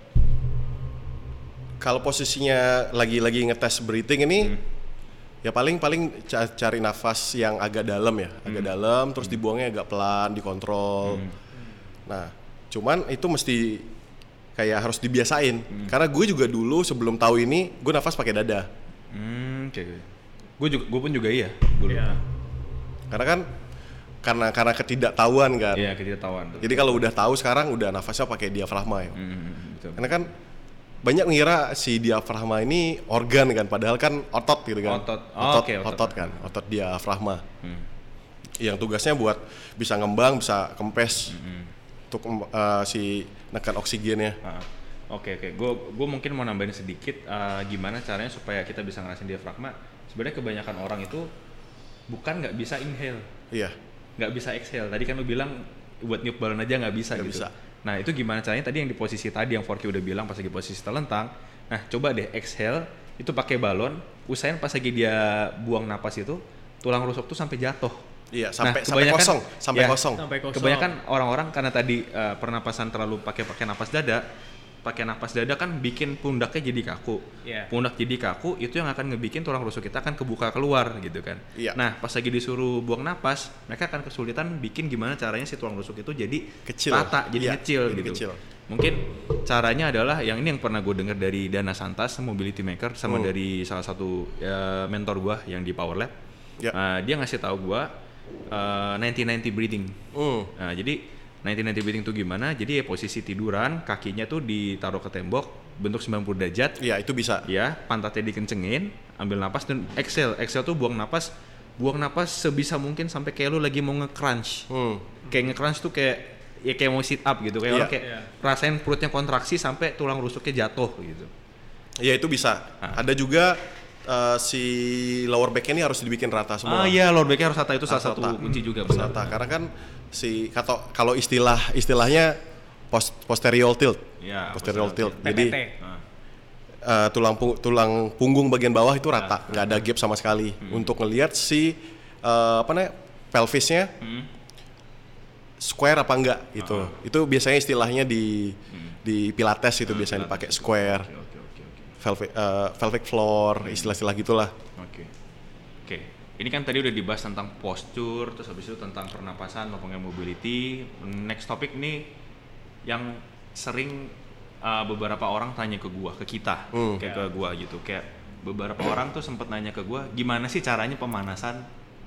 kalau posisinya lagi-lagi ngetes breathing ini, Hmm. ya paling paling ca- cari nafas yang agak dalam ya, agak Hmm. dalam, terus dibuangnya agak pelan, dikontrol. Nah, cuman itu mesti kayak harus dibiasain. Hmm. Karena gue juga dulu sebelum tahu ini, gue nafas pakai dada. Hmm, oke. Gue juga, gue pun juga iya dulu. Iya. Karena kan karena karena ketidaktahuan kan. Iya, ketidaktahuan. Jadi kalau udah tahu sekarang udah nafasnya pakai diafragma ya. Hmm, betul. Karena kan banyak mengira si diafragma ini organ kan, padahal kan otot gitu kan. Otot. Oh, otot, oke, otot. otot kan, otot diafragma. Hmm. Yang tugasnya buat bisa ngembang, bisa kempes Hmm. untuk uh, si nekan oksigennya. Ah, Oke oke, gue gue mungkin mau nambahin sedikit uh, gimana caranya supaya kita bisa ngerasain diafragma. Sebenarnya kebanyakan orang itu bukan nggak bisa inhale, Iya. nggak bisa exhale. Tadi kan lu bilang buat niup balon aja nggak bisa Nggak gitu. bisa. Nah itu gimana caranya? Tadi yang di posisi tadi yang Forky udah bilang pas lagi posisi telentang. Nah coba deh exhale itu pakai balon. Usahain pas lagi dia buang napas itu tulang rusuk tuh sampai jatuh. Iya, sampai Nah, sampai kebanyakan- kosong, sampai ya, kosong. Sampai kosong. Kebanyakan orang-orang karena tadi uh, pernapasan terlalu pakai pakai napas dada, pakai napas dada kan bikin pundaknya jadi kaku. Iya. Pundak jadi kaku itu yang akan ngebikin tulang rusuk kita akan kebuka keluar gitu kan. Iya. Nah, pas lagi disuruh buang napas, mereka akan kesulitan bikin gimana caranya si tulang rusuk itu jadi Kecil. rata, jadi Iya, kecil jadi gitu. kecil. Mungkin caranya adalah yang ini yang pernah gue dengar dari Dana Santas, mobility maker, sama Hmm. dari salah satu ya, mentor gue yang di Power Lab. Ya. Uh, dia ngasih tahu gue uh, ninety ninety breathing. Hmm. Nah, jadi ninety ninety breathing itu gimana? Jadi ya posisi tiduran, kakinya tuh ditaruh ke tembok, bentuk sembilan puluh derajat. Iya, itu bisa. Ya, pantatnya dikencengin, ambil napas dan exhale. Exhale tuh buang napas, buang napas sebisa mungkin sampai kayak lu lagi mau nge-crunch. Hmm. Kayak nge-crunch tuh kayak ya kayak mau sit up gitu. Kayak Iya. orang kayak Iya. rasain perutnya kontraksi sampai tulang rusuknya jatuh gitu. Iya, itu bisa. Ah. Ada juga uh, si lower back-nya ini harus dibikin rata semua. Ah iya, lower back-nya harus rata, itu salah Harus satu rata. kunci juga. Harus benar. rata. Karena kan si kalau kalau istilah istilahnya post, posterior tilt. Iya, posterior posterior tilt. P P T. Jadi Nah, uh, tulang pung- tulang punggung bagian bawah itu rata, nggak ada gap sama sekali. Untuk ngelihat si uh, apa namanya pelvisnya hmm. square apa enggak gitu. Itu biasanya istilahnya di Hmm. di pilates itu biasanya dipakai square, Oke, oke, oke, oke. pelvic, uh, pelvic floor, istilah-istilah gitulah. Oke, oke. Ini kan tadi udah dibahas tentang postur, terus habis itu tentang pernapasan, maupun mobility. Next topik nih yang sering uh, beberapa orang tanya ke gua, ke kita, Hmm. kayak ke gua gitu. Kayak beberapa orang tuh sempet nanya ke gua, gimana sih caranya pemanasan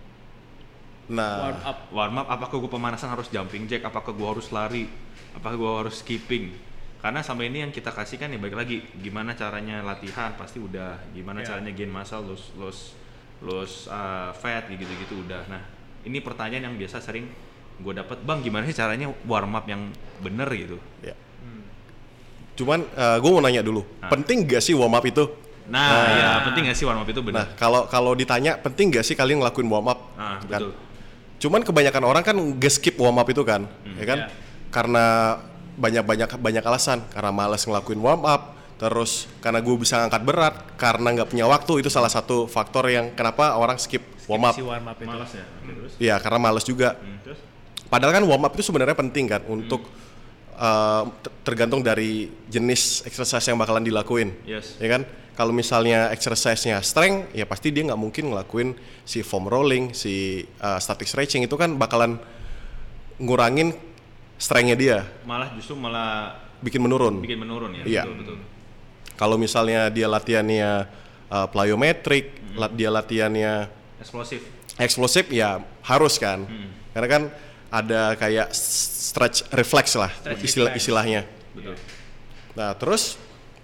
Nah, Warm up. warm up? Apakah gua pemanasan harus jumping jack? Apakah gua harus lari? Apakah gua harus skipping? Karena sampai ini yang kita kasih kan ya balik lagi, gimana caranya latihan pasti udah, gimana Ya. caranya gain muscle, lose lose lose uh, fat gitu-gitu udah. Nah, ini pertanyaan yang biasa sering gue dapet, bang gimana sih caranya warm up yang bener gitu? ya. Hmm. Cuman gue mau nanya dulu, Ah. penting gak sih warm up itu? Nah, ya penting nggak sih warm up itu bener? Nah, kalau kalau ditanya penting gak sih kalian ngelakuin warm up? Ah, Kan? betul. Cuman kebanyakan orang kan nge-skip warm up itu kan, Hmm. ya kan? Iya. Karena banyak-banyak banyak alasan, karena malas ngelakuin warm up, terus karena gue bisa ngangkat berat, karena nggak punya waktu, itu salah satu faktor yang kenapa orang skip warm up. Si warm up itu. Malas ya. Oke, terus? Iya, karena malas juga. Hmm, terus? Padahal kan warm up itu sebenarnya penting kan untuk uh, ter- tergantung dari jenis exercise yang bakalan dilakuin. Yes. Ya kan? Kalau misalnya exercise-nya strength, ya pasti dia nggak mungkin ngelakuin si foam rolling, si uh, static stretching, itu kan bakalan ngurangin strength-nya dia, Malah justru malah bikin menurun. bikin menurun ya. Iya. Betul, betul. Kalau misalnya dia latihannya uh, plyometric, lat- dia latihannya Eksplosif. eksplosif, ya harus kan. Hmm. Karena kan ada kayak stretch reflex lah Stretch istilah reflex. istilahnya. Betul. Nah terus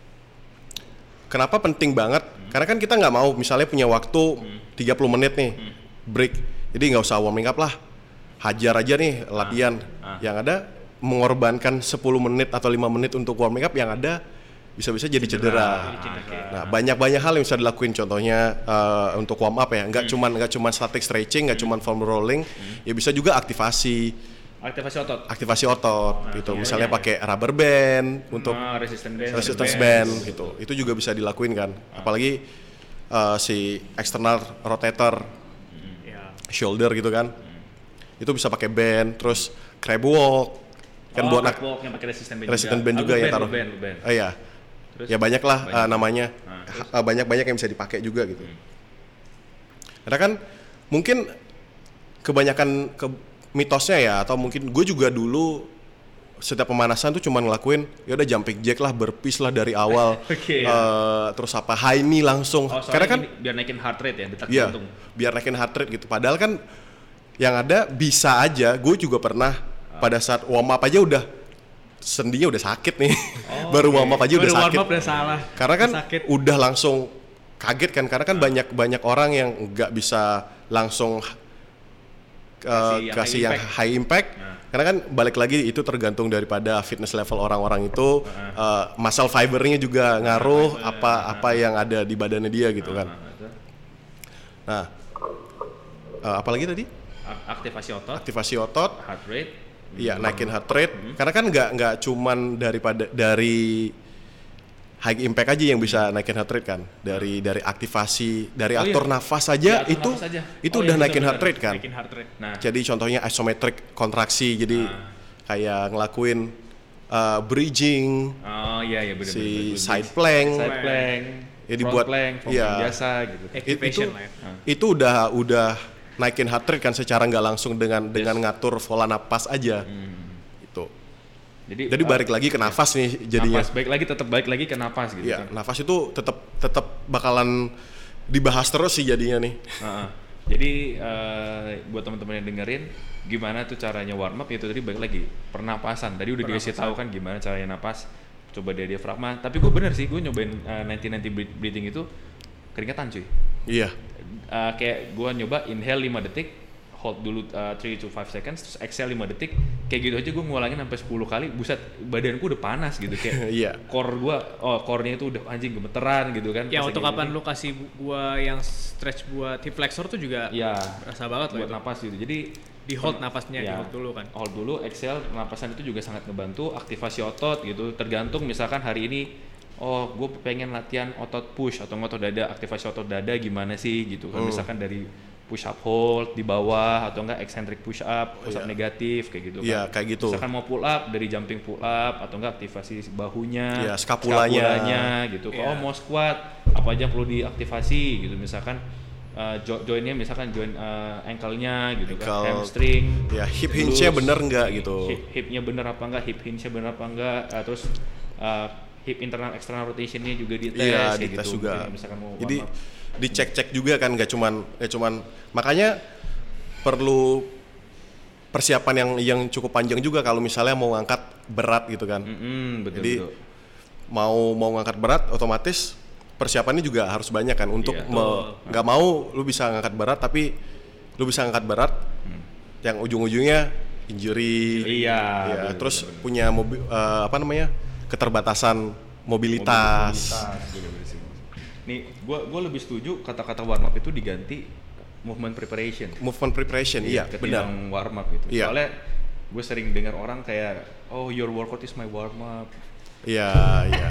kenapa penting banget? Karena kan kita nggak mau misalnya punya waktu tiga puluh menit nih break, jadi nggak usah warming up lah, hajar aja nih latihan. ah. Yang ada mengorbankan sepuluh menit atau lima menit untuk warming up, yang ada bisa-bisa jadi cedera. Ah, oke. Nah banyak-banyak hal yang bisa dilakuin, contohnya eh, untuk warm up ya, nggak cuman nggak cuman static stretching, nggak cuman foam rolling, ya bisa juga aktivasi Aktivasi otot. aktivasi otot gitu. iya, Misalnya iya. pakai rubber band untuk Nah, resistance band. resistance band gitu. Itu juga bisa dilakuin kan. Apalagi uh, si external rotator Ya. shoulder gitu kan. Itu bisa pakai band, terus crab walk kan buat nak walk yang pakai resistance band resistance band Ah, juga lu ya band, taruh. lu band, lu band. Oh iya. Terus? Ya banyak lah Banyak. uh, namanya. Nah, Ha- uh, banyak-banyak yang bisa dipakai juga gitu. Karena kan mungkin kebanyakan ke mitosnya ya, atau mungkin gue juga dulu setiap pemanasan tuh cuma ngelakuin ya udah jumping jack lah, burpees lah dari awal. Oke, Eh, terus apa high knee langsung. Oh, soalnya Karena kan gini, biar naikin heart rate ya, detak iya, jantung. biar naikin heart rate gitu. Padahal kan yang ada bisa aja, gue juga pernah pada saat warm up aja udah sendinya udah sakit nih. Baru warm up aja udah Baru warm sakit. up udah salah. Karena kan Sakit. udah langsung kaget kan, karena kan banyak banyak orang yang nggak bisa langsung uh, Kasih yang kasih high yang impact. high impact. Nah. Karena kan balik lagi itu tergantung daripada fitness level orang-orang itu, uh, muscle fibernya juga ngaruh apa apa yang ada di badannya dia gitu kan. Nah, itu. Nah, uh, apalagi tadi Ak- aktivasi otot, aktivasi otot, heart rate. iya naikin heart rate. Karena kan nggak nggak cuman daripada dari high impact aja yang bisa naikin heart rate kan. Dari dari aktivasi, dari Oh, atur iya. nafas aja Iya, atur itu nafas aja. itu Oh, udah iya, naikin bener, heart rate kan. Naikin heart rate. Nah, Jadi contohnya isometric kontraksi, jadi Ah. kayak ngelakuin uh, bridging, oh iya iya benar si side plank, side plank, Ya, front dibuat- plank, front iya. plank biasa gitu. Activation itu- lah ya. itu udah udah naikin heart rate kan secara nggak langsung dengan dengan ngatur pola napas aja. Itu. Jadi, Jadi uh, balik lagi ke nafas nih jadinya. Nafas baik lagi tetap baik lagi ke nafas gitu Iya, kan. nafas itu tetap tetap bakalan dibahas terus sih jadinya nih. Heeh. Jadi uh, buat teman-teman yang dengerin gimana tuh caranya warm up itu tadi balik lagi pernapasan. Tadi udah dikasih tahu kan gimana caranya napas. Coba dia diafragma. Tapi gue bener sih gue nyobain uh, sembilan puluh sembilan puluh breathing itu keringetan cuy. Iya. Uh, kayak gue nyoba inhale lima detik, hold dulu uh, three to five seconds, terus exhale lima detik. Kayak gitu aja gue ngulangin sampai sepuluh kali. Buset, badanku udah panas gitu kayak. Iya. Core gue, oh core-nya itu udah anjing gemeteran gitu kan. Ya Pas untuk lagi kapan breathing. lu kasih gua yang stretch buat hip flexor tuh juga Iya. berasa banget loh Buat itu. napas gitu. Jadi Di hold napasnya, di ya, hold dulu kan. Hold dulu, exhale, napasan itu juga sangat ngebantu aktivasi otot gitu. Tergantung misalkan hari ini, oh gue pengen latihan otot push atau otot dada, aktivasi otot dada gimana sih gitu kan. Hmm. Misalkan dari push up hold di bawah atau enggak eccentric push up, push Iya. up negatif kayak gitu kan. Iya, kayak gitu. Misalkan mau pull up dari jumping pull up atau enggak aktivasi bahunya, Iya, skapulanya. skapulanya gitu. Iya. Oh mau squat, apa aja perlu diaktivasi gitu. Misalkan uh, jo- joinnya misalkan join uh, ankle-nya gitu kan, Ankle. hamstring. Ya, hip Terus, hinge-nya bener nggak gitu. Hip, hipnya bener apa enggak, hip hinge-nya bener apa enggak, uh, terus uh, hip internal external rotation-nya juga dites Iya, kayak dites gitu. juga. Mungkin misalkan mau Jadi warm up. dicek-cek juga kan, gak cuman gak cuman makanya perlu persiapan yang yang cukup panjang juga kalau misalnya mau ngangkat berat gitu kan. Mm-mm, betul, Jadi betul. mau mau ngangkat berat otomatis persiapannya juga harus banyak kan untuk Iya. me- nggak mau lu bisa ngangkat berat tapi lu bisa ngangkat berat yang ujung-ujungnya injury. Iya, Ya, bener, terus bener, bener. punya mobil eh, apa namanya? keterbatasan mobilitas. Mobilitas, bener-bener sih. Nih, gua gua lebih setuju kata-kata warm up itu diganti movement preparation. Movement preparation, iya, benar. Ketimbang warm up gitu. Iya. Soalnya gue sering dengar orang kayak, oh your workout is my warm up. Iya, iya.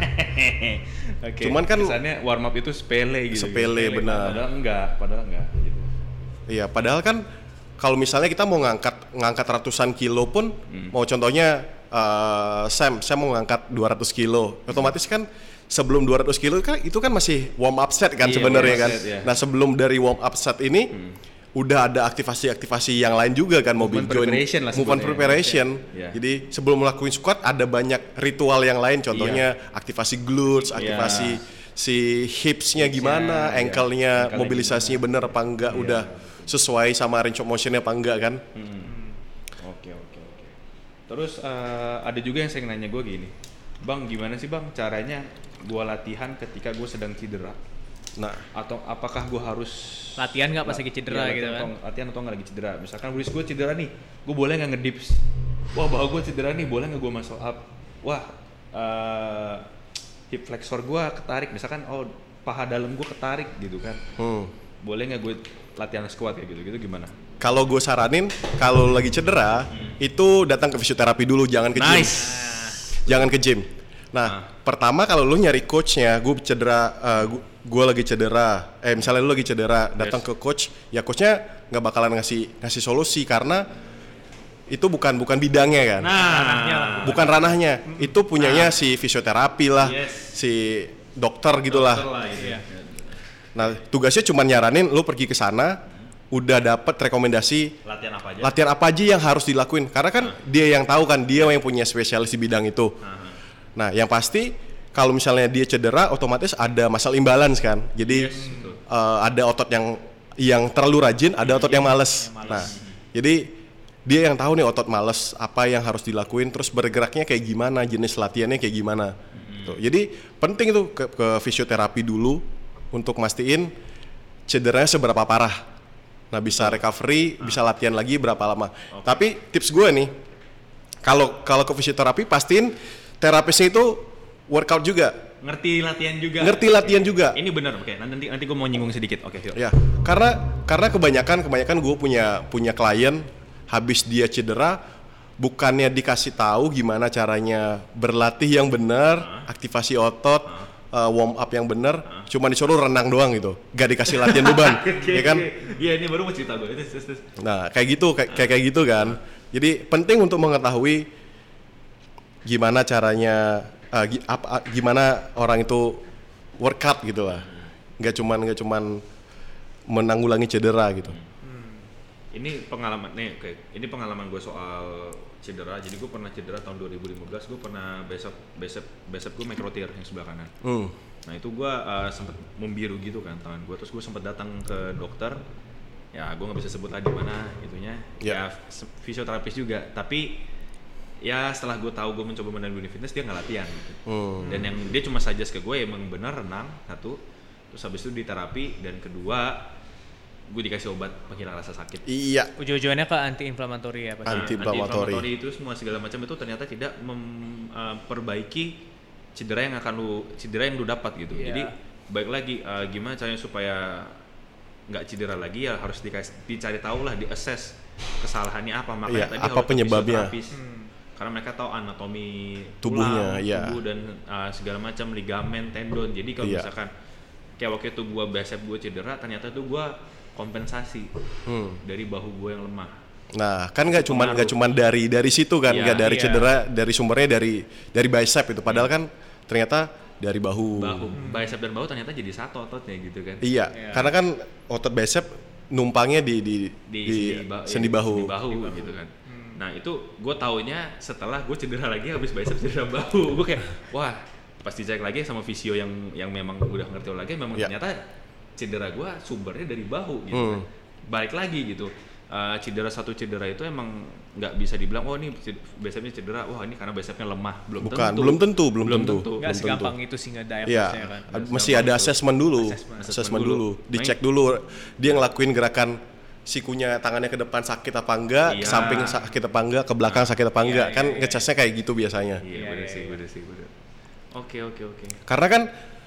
Oke. Cuman kan- kesannya warm up itu sepele gitu. Sepele, benar. Padahal enggak, padahal enggak gitu. Iya, padahal kan kalau misalnya kita mau ngangkat ngangkat ratusan kilo pun, Hmm. mau contohnya eh, Sam, saya mau ngangkat dua ratus kilo, otomatis kan sebelum dua ratus kilo kan itu kan masih warm up set kan Iya, sebenarnya warm up kan. set, ya. Nah sebelum dari warm up set ini udah ada aktivasi-aktivasi yang lain juga kan, mobil Movement joint, preparation lah movement sebutnya. preparation. Iya. Jadi sebelum melakukan squat ada banyak ritual yang lain, contohnya aktivasi glutes, aktivasi si hipsnya gimana, iya. ankle-nya Ankle-nya mobilisasinya bener apa enggak, udah sesuai sama range of motion-nya apa enggak kan. Oke oke oke. Terus eh, ada juga yang sering nanya gue gini, bang gimana sih bang caranya gue latihan ketika gue sedang cedera? Nah, Atau apakah gue harus Latihan nggak pas lagi cedera Iya, gitu latihan kan? atau- latihan atau nggak lagi cedera? Misalkan wrist gue cedera nih, gue boleh nggak ngedips? Wah bahu gue cedera nih, boleh nggak gue muscle up? Wah eh, hip flexor gue ketarik, misalkan oh paha dalam gue ketarik gitu kan? hmm. Boleh nggak gue latihan squat kayak gitu? Gitu gimana? Kalau gue saranin, kalau lagi cedera, itu datang ke fisioterapi dulu, jangan ke gym. Jangan ke gym. Nah, pertama kalau lu nyari coachnya, gue cedera, uh, gue lagi cedera, eh misalnya lu lagi cedera, datang Yes. ke coach, ya coachnya nggak bakalan ngasih ngasih solusi karena itu bukan bukan bidangnya kan, Ranahnya lah. bukan ranahnya, itu punyanya si fisioterapi lah, Yes. si dokter gitulah. Iya. Nah, tugasnya cuma nyaranin lu pergi ke sana, udah dapet rekomendasi Latihan apa aja? latihan apa aja yang harus dilakuin, karena kan dia yang tahu kan, dia yang punya spesialis di bidang itu. Nah, yang pasti kalau misalnya dia cedera, otomatis ada muscle imbalance kan. Jadi betul. eh, ada otot yang yang terlalu rajin, ada otot yang males. Nah, jadi dia yang tahu nih otot males apa yang harus dilakuin, terus bergeraknya kayak gimana, jenis latihannya kayak gimana. Tuh. Jadi penting itu ke, ke fisioterapi dulu untuk mastiin cederanya seberapa parah. Nah, bisa recovery, bisa latihan lagi berapa lama. Tapi tips gue nih, kalau kalau ke fisioterapi pastiin terapisnya itu workout juga, Ngerti latihan juga. ngerti latihan juga. Ini benar, oke. Nanti nanti gue mau nyinggung sedikit. Oke, yuk. Ya, karena karena kebanyakan kebanyakan gue punya punya klien habis dia cedera, bukannya dikasih tahu gimana caranya berlatih yang benar, aktivasi otot, uh, warm up yang benar, uh. cuma disuruh renang doang gitu, gak dikasih latihan beban, ya kan? Iya ini baru mau cerita gue. Nah kayak gitu, kayak kayak kayak gitu kan. Jadi penting untuk mengetahui gimana caranya, uh, gi- apa, gimana orang itu workout gitu lah, nggak cuman nggak cuman menanggulangi cedera gitu. Ini pengalaman nih, kayak ini pengalaman gue soal cedera. Jadi gue pernah cedera tahun dua ribu lima belas. Gue pernah bicep bicep bicep gue microtear yang sebelah kanan. Hmm. Nah itu gue uh, sempet membiru gitu kan tangan gue. Terus gue sempet datang ke dokter. Ya gue nggak bisa sebut lah di mana itunya. Yeah. Ya fisioterapis juga. Tapi ya setelah gue tahu gue mencoba menangani fitness, dia nggak latihan. Gitu. Hmm. Dan yang dia cuma suggest ke gue emang benar renang satu. Terus habis itu diterapi, dan kedua gue dikasih obat penghilang rasa sakit. Iya. Ujung-ujungnya ke anti-inflammatory ya Pak. Anti-inflammatory. Anti-inflammatory itu semua segala macam itu ternyata tidak memperbaiki uh, cedera yang akan lu cedera yang lu dapat gitu. Yeah. Jadi baik lagi uh, gimana caranya supaya nggak cedera lagi, ya harus dikasih dicari tahu lah, diassess kesalahannya apa. Makanya iya, tadi apa harus penyebabnya. Hmm. Karena mereka tahu anatomi tubuhnya, tulang, iya. tubuh dan uh, segala macam, ligamen, tendon. Jadi kalau iya. misalkan kayak waktu itu gua bicep gue cedera, ternyata tuh gua kompensasi hmm. dari bahu gue yang lemah. Nah, kan nggak cuman nggak cuman dari dari situ kan, nggak ya, dari iya. cedera, dari sumbernya dari dari bicep itu. Padahal hmm. kan ternyata dari bahu. Bahu, hmm. bicep dan bahu ternyata jadi satu ototnya gitu kan. Iya, ya. Karena kan otot bicep numpangnya di di, di, di sendi, ba- sendi bahu. Sendi bahu, bahu gitu kan. Hmm. Nah itu gue taunya setelah gue cedera lagi habis bicep cedera bahu. Gue kayak wah, pas dicek lagi sama fisio yang yang memang udah ngerti lagi, memang ya. Ternyata cedera gue sumbernya dari bahu gitu hmm. kan. Balik lagi gitu, uh, cedera satu cedera itu emang nggak bisa dibilang oh ini bicepnya cedera, wah ini karena bicepnya lemah. Belum Bukan, tentu. belum tentu, belum, belum tentu. tentu. Nggak segampang tentu. itu sih nggak diagnosnya ya, kan. Mesti ada assessment dulu, assessment, assessment dulu, dicek dulu dia ngelakuin gerakan sikunya tangannya ke depan sakit apa enggak, iya. ke samping sakit apa enggak, ke belakang sakit apa enggak, iya, kan iya, ngecasnya kayak gitu biasanya. Iya, benar sih, benar sih, benar. Oke, oke, oke. Karena kan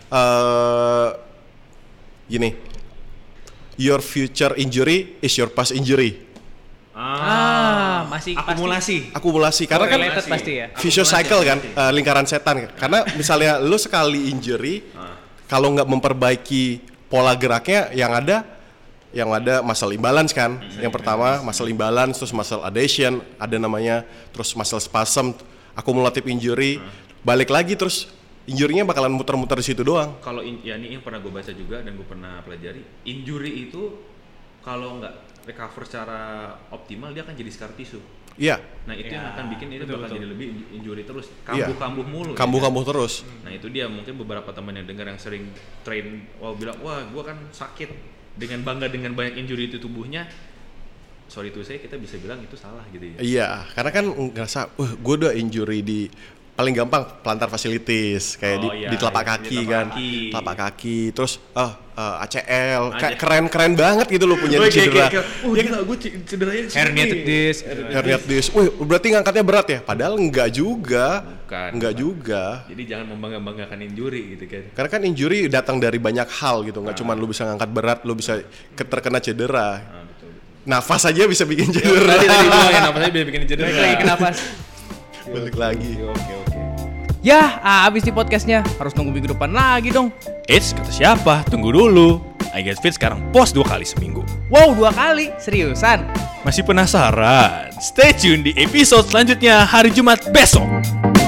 uh, gini, your future injury is your past injury. Ah, masih akumulasi. Pasti. Akumulasi karena kan related pasti ya. Vicious cycle kan, uh, lingkaran setan. Karena misalnya lu sekali injury, ah. kalau nggak memperbaiki pola geraknya, yang ada yang ada muscle imbalance kan. Hmm. Yang pertama muscle imbalance, terus muscle adhesion, ada namanya, terus muscle spasm, akumulatif injury, hmm. balik lagi terus injury-nya bakalan muter-muter di situ doang. Kalau in, ya ini yang pernah gue baca juga dan gue pernah pelajari, injury itu kalau nggak recover secara optimal dia akan jadi scar tissue. Iya. Nah itu ya, yang akan bikin itu betul, bakal betul. jadi lebih injury terus, kambuh-kambuh mulu. Kambuh-kambuh ya, terus. Nah itu dia, mungkin beberapa teman yang dengar yang sering train, wah bilang wah gue kan sakit, dengan bangga dengan banyak injury itu tubuhnya. Sorry tuh saya kita bisa bilang itu salah gitu ya. Iya, karena kan ngerasa, wah gue udah injury di paling gampang plantar fasciitis kayak oh, di, iya, di telapak iya, kaki di telapak kan, kaki. telapak kaki, terus oh, uh, A C L, kayak keren-keren banget gitu lo punya oh, cedera. Kayak, kayak, oh ya gila, gue cederanya herniated disc. Herniated disc, wih berarti ngangkatnya berat ya? Padahal enggak juga, bukan, enggak bukan. juga. Jadi jangan membangga-banggakan injury gitu kan. Karena kan injury datang dari banyak hal gitu, nggak ah. cuma lo bisa ngangkat berat, lo bisa terkena cedera. Ah, betul, betul. Nafas aja bisa bikin cedera. Tadi tadi bilang ya nafasnya bisa bikin cedera. Balik lagi ke nafas. Balik lagi. Oke oke. Yah, abis di podcastnya harus nunggu minggu depan lagi dong. Eits, kata siapa? Tunggu dulu. I Get Fit sekarang post dua kali seminggu. Wow, dua kali? Seriusan? Masih penasaran? Stay tune di episode selanjutnya hari Jumat besok.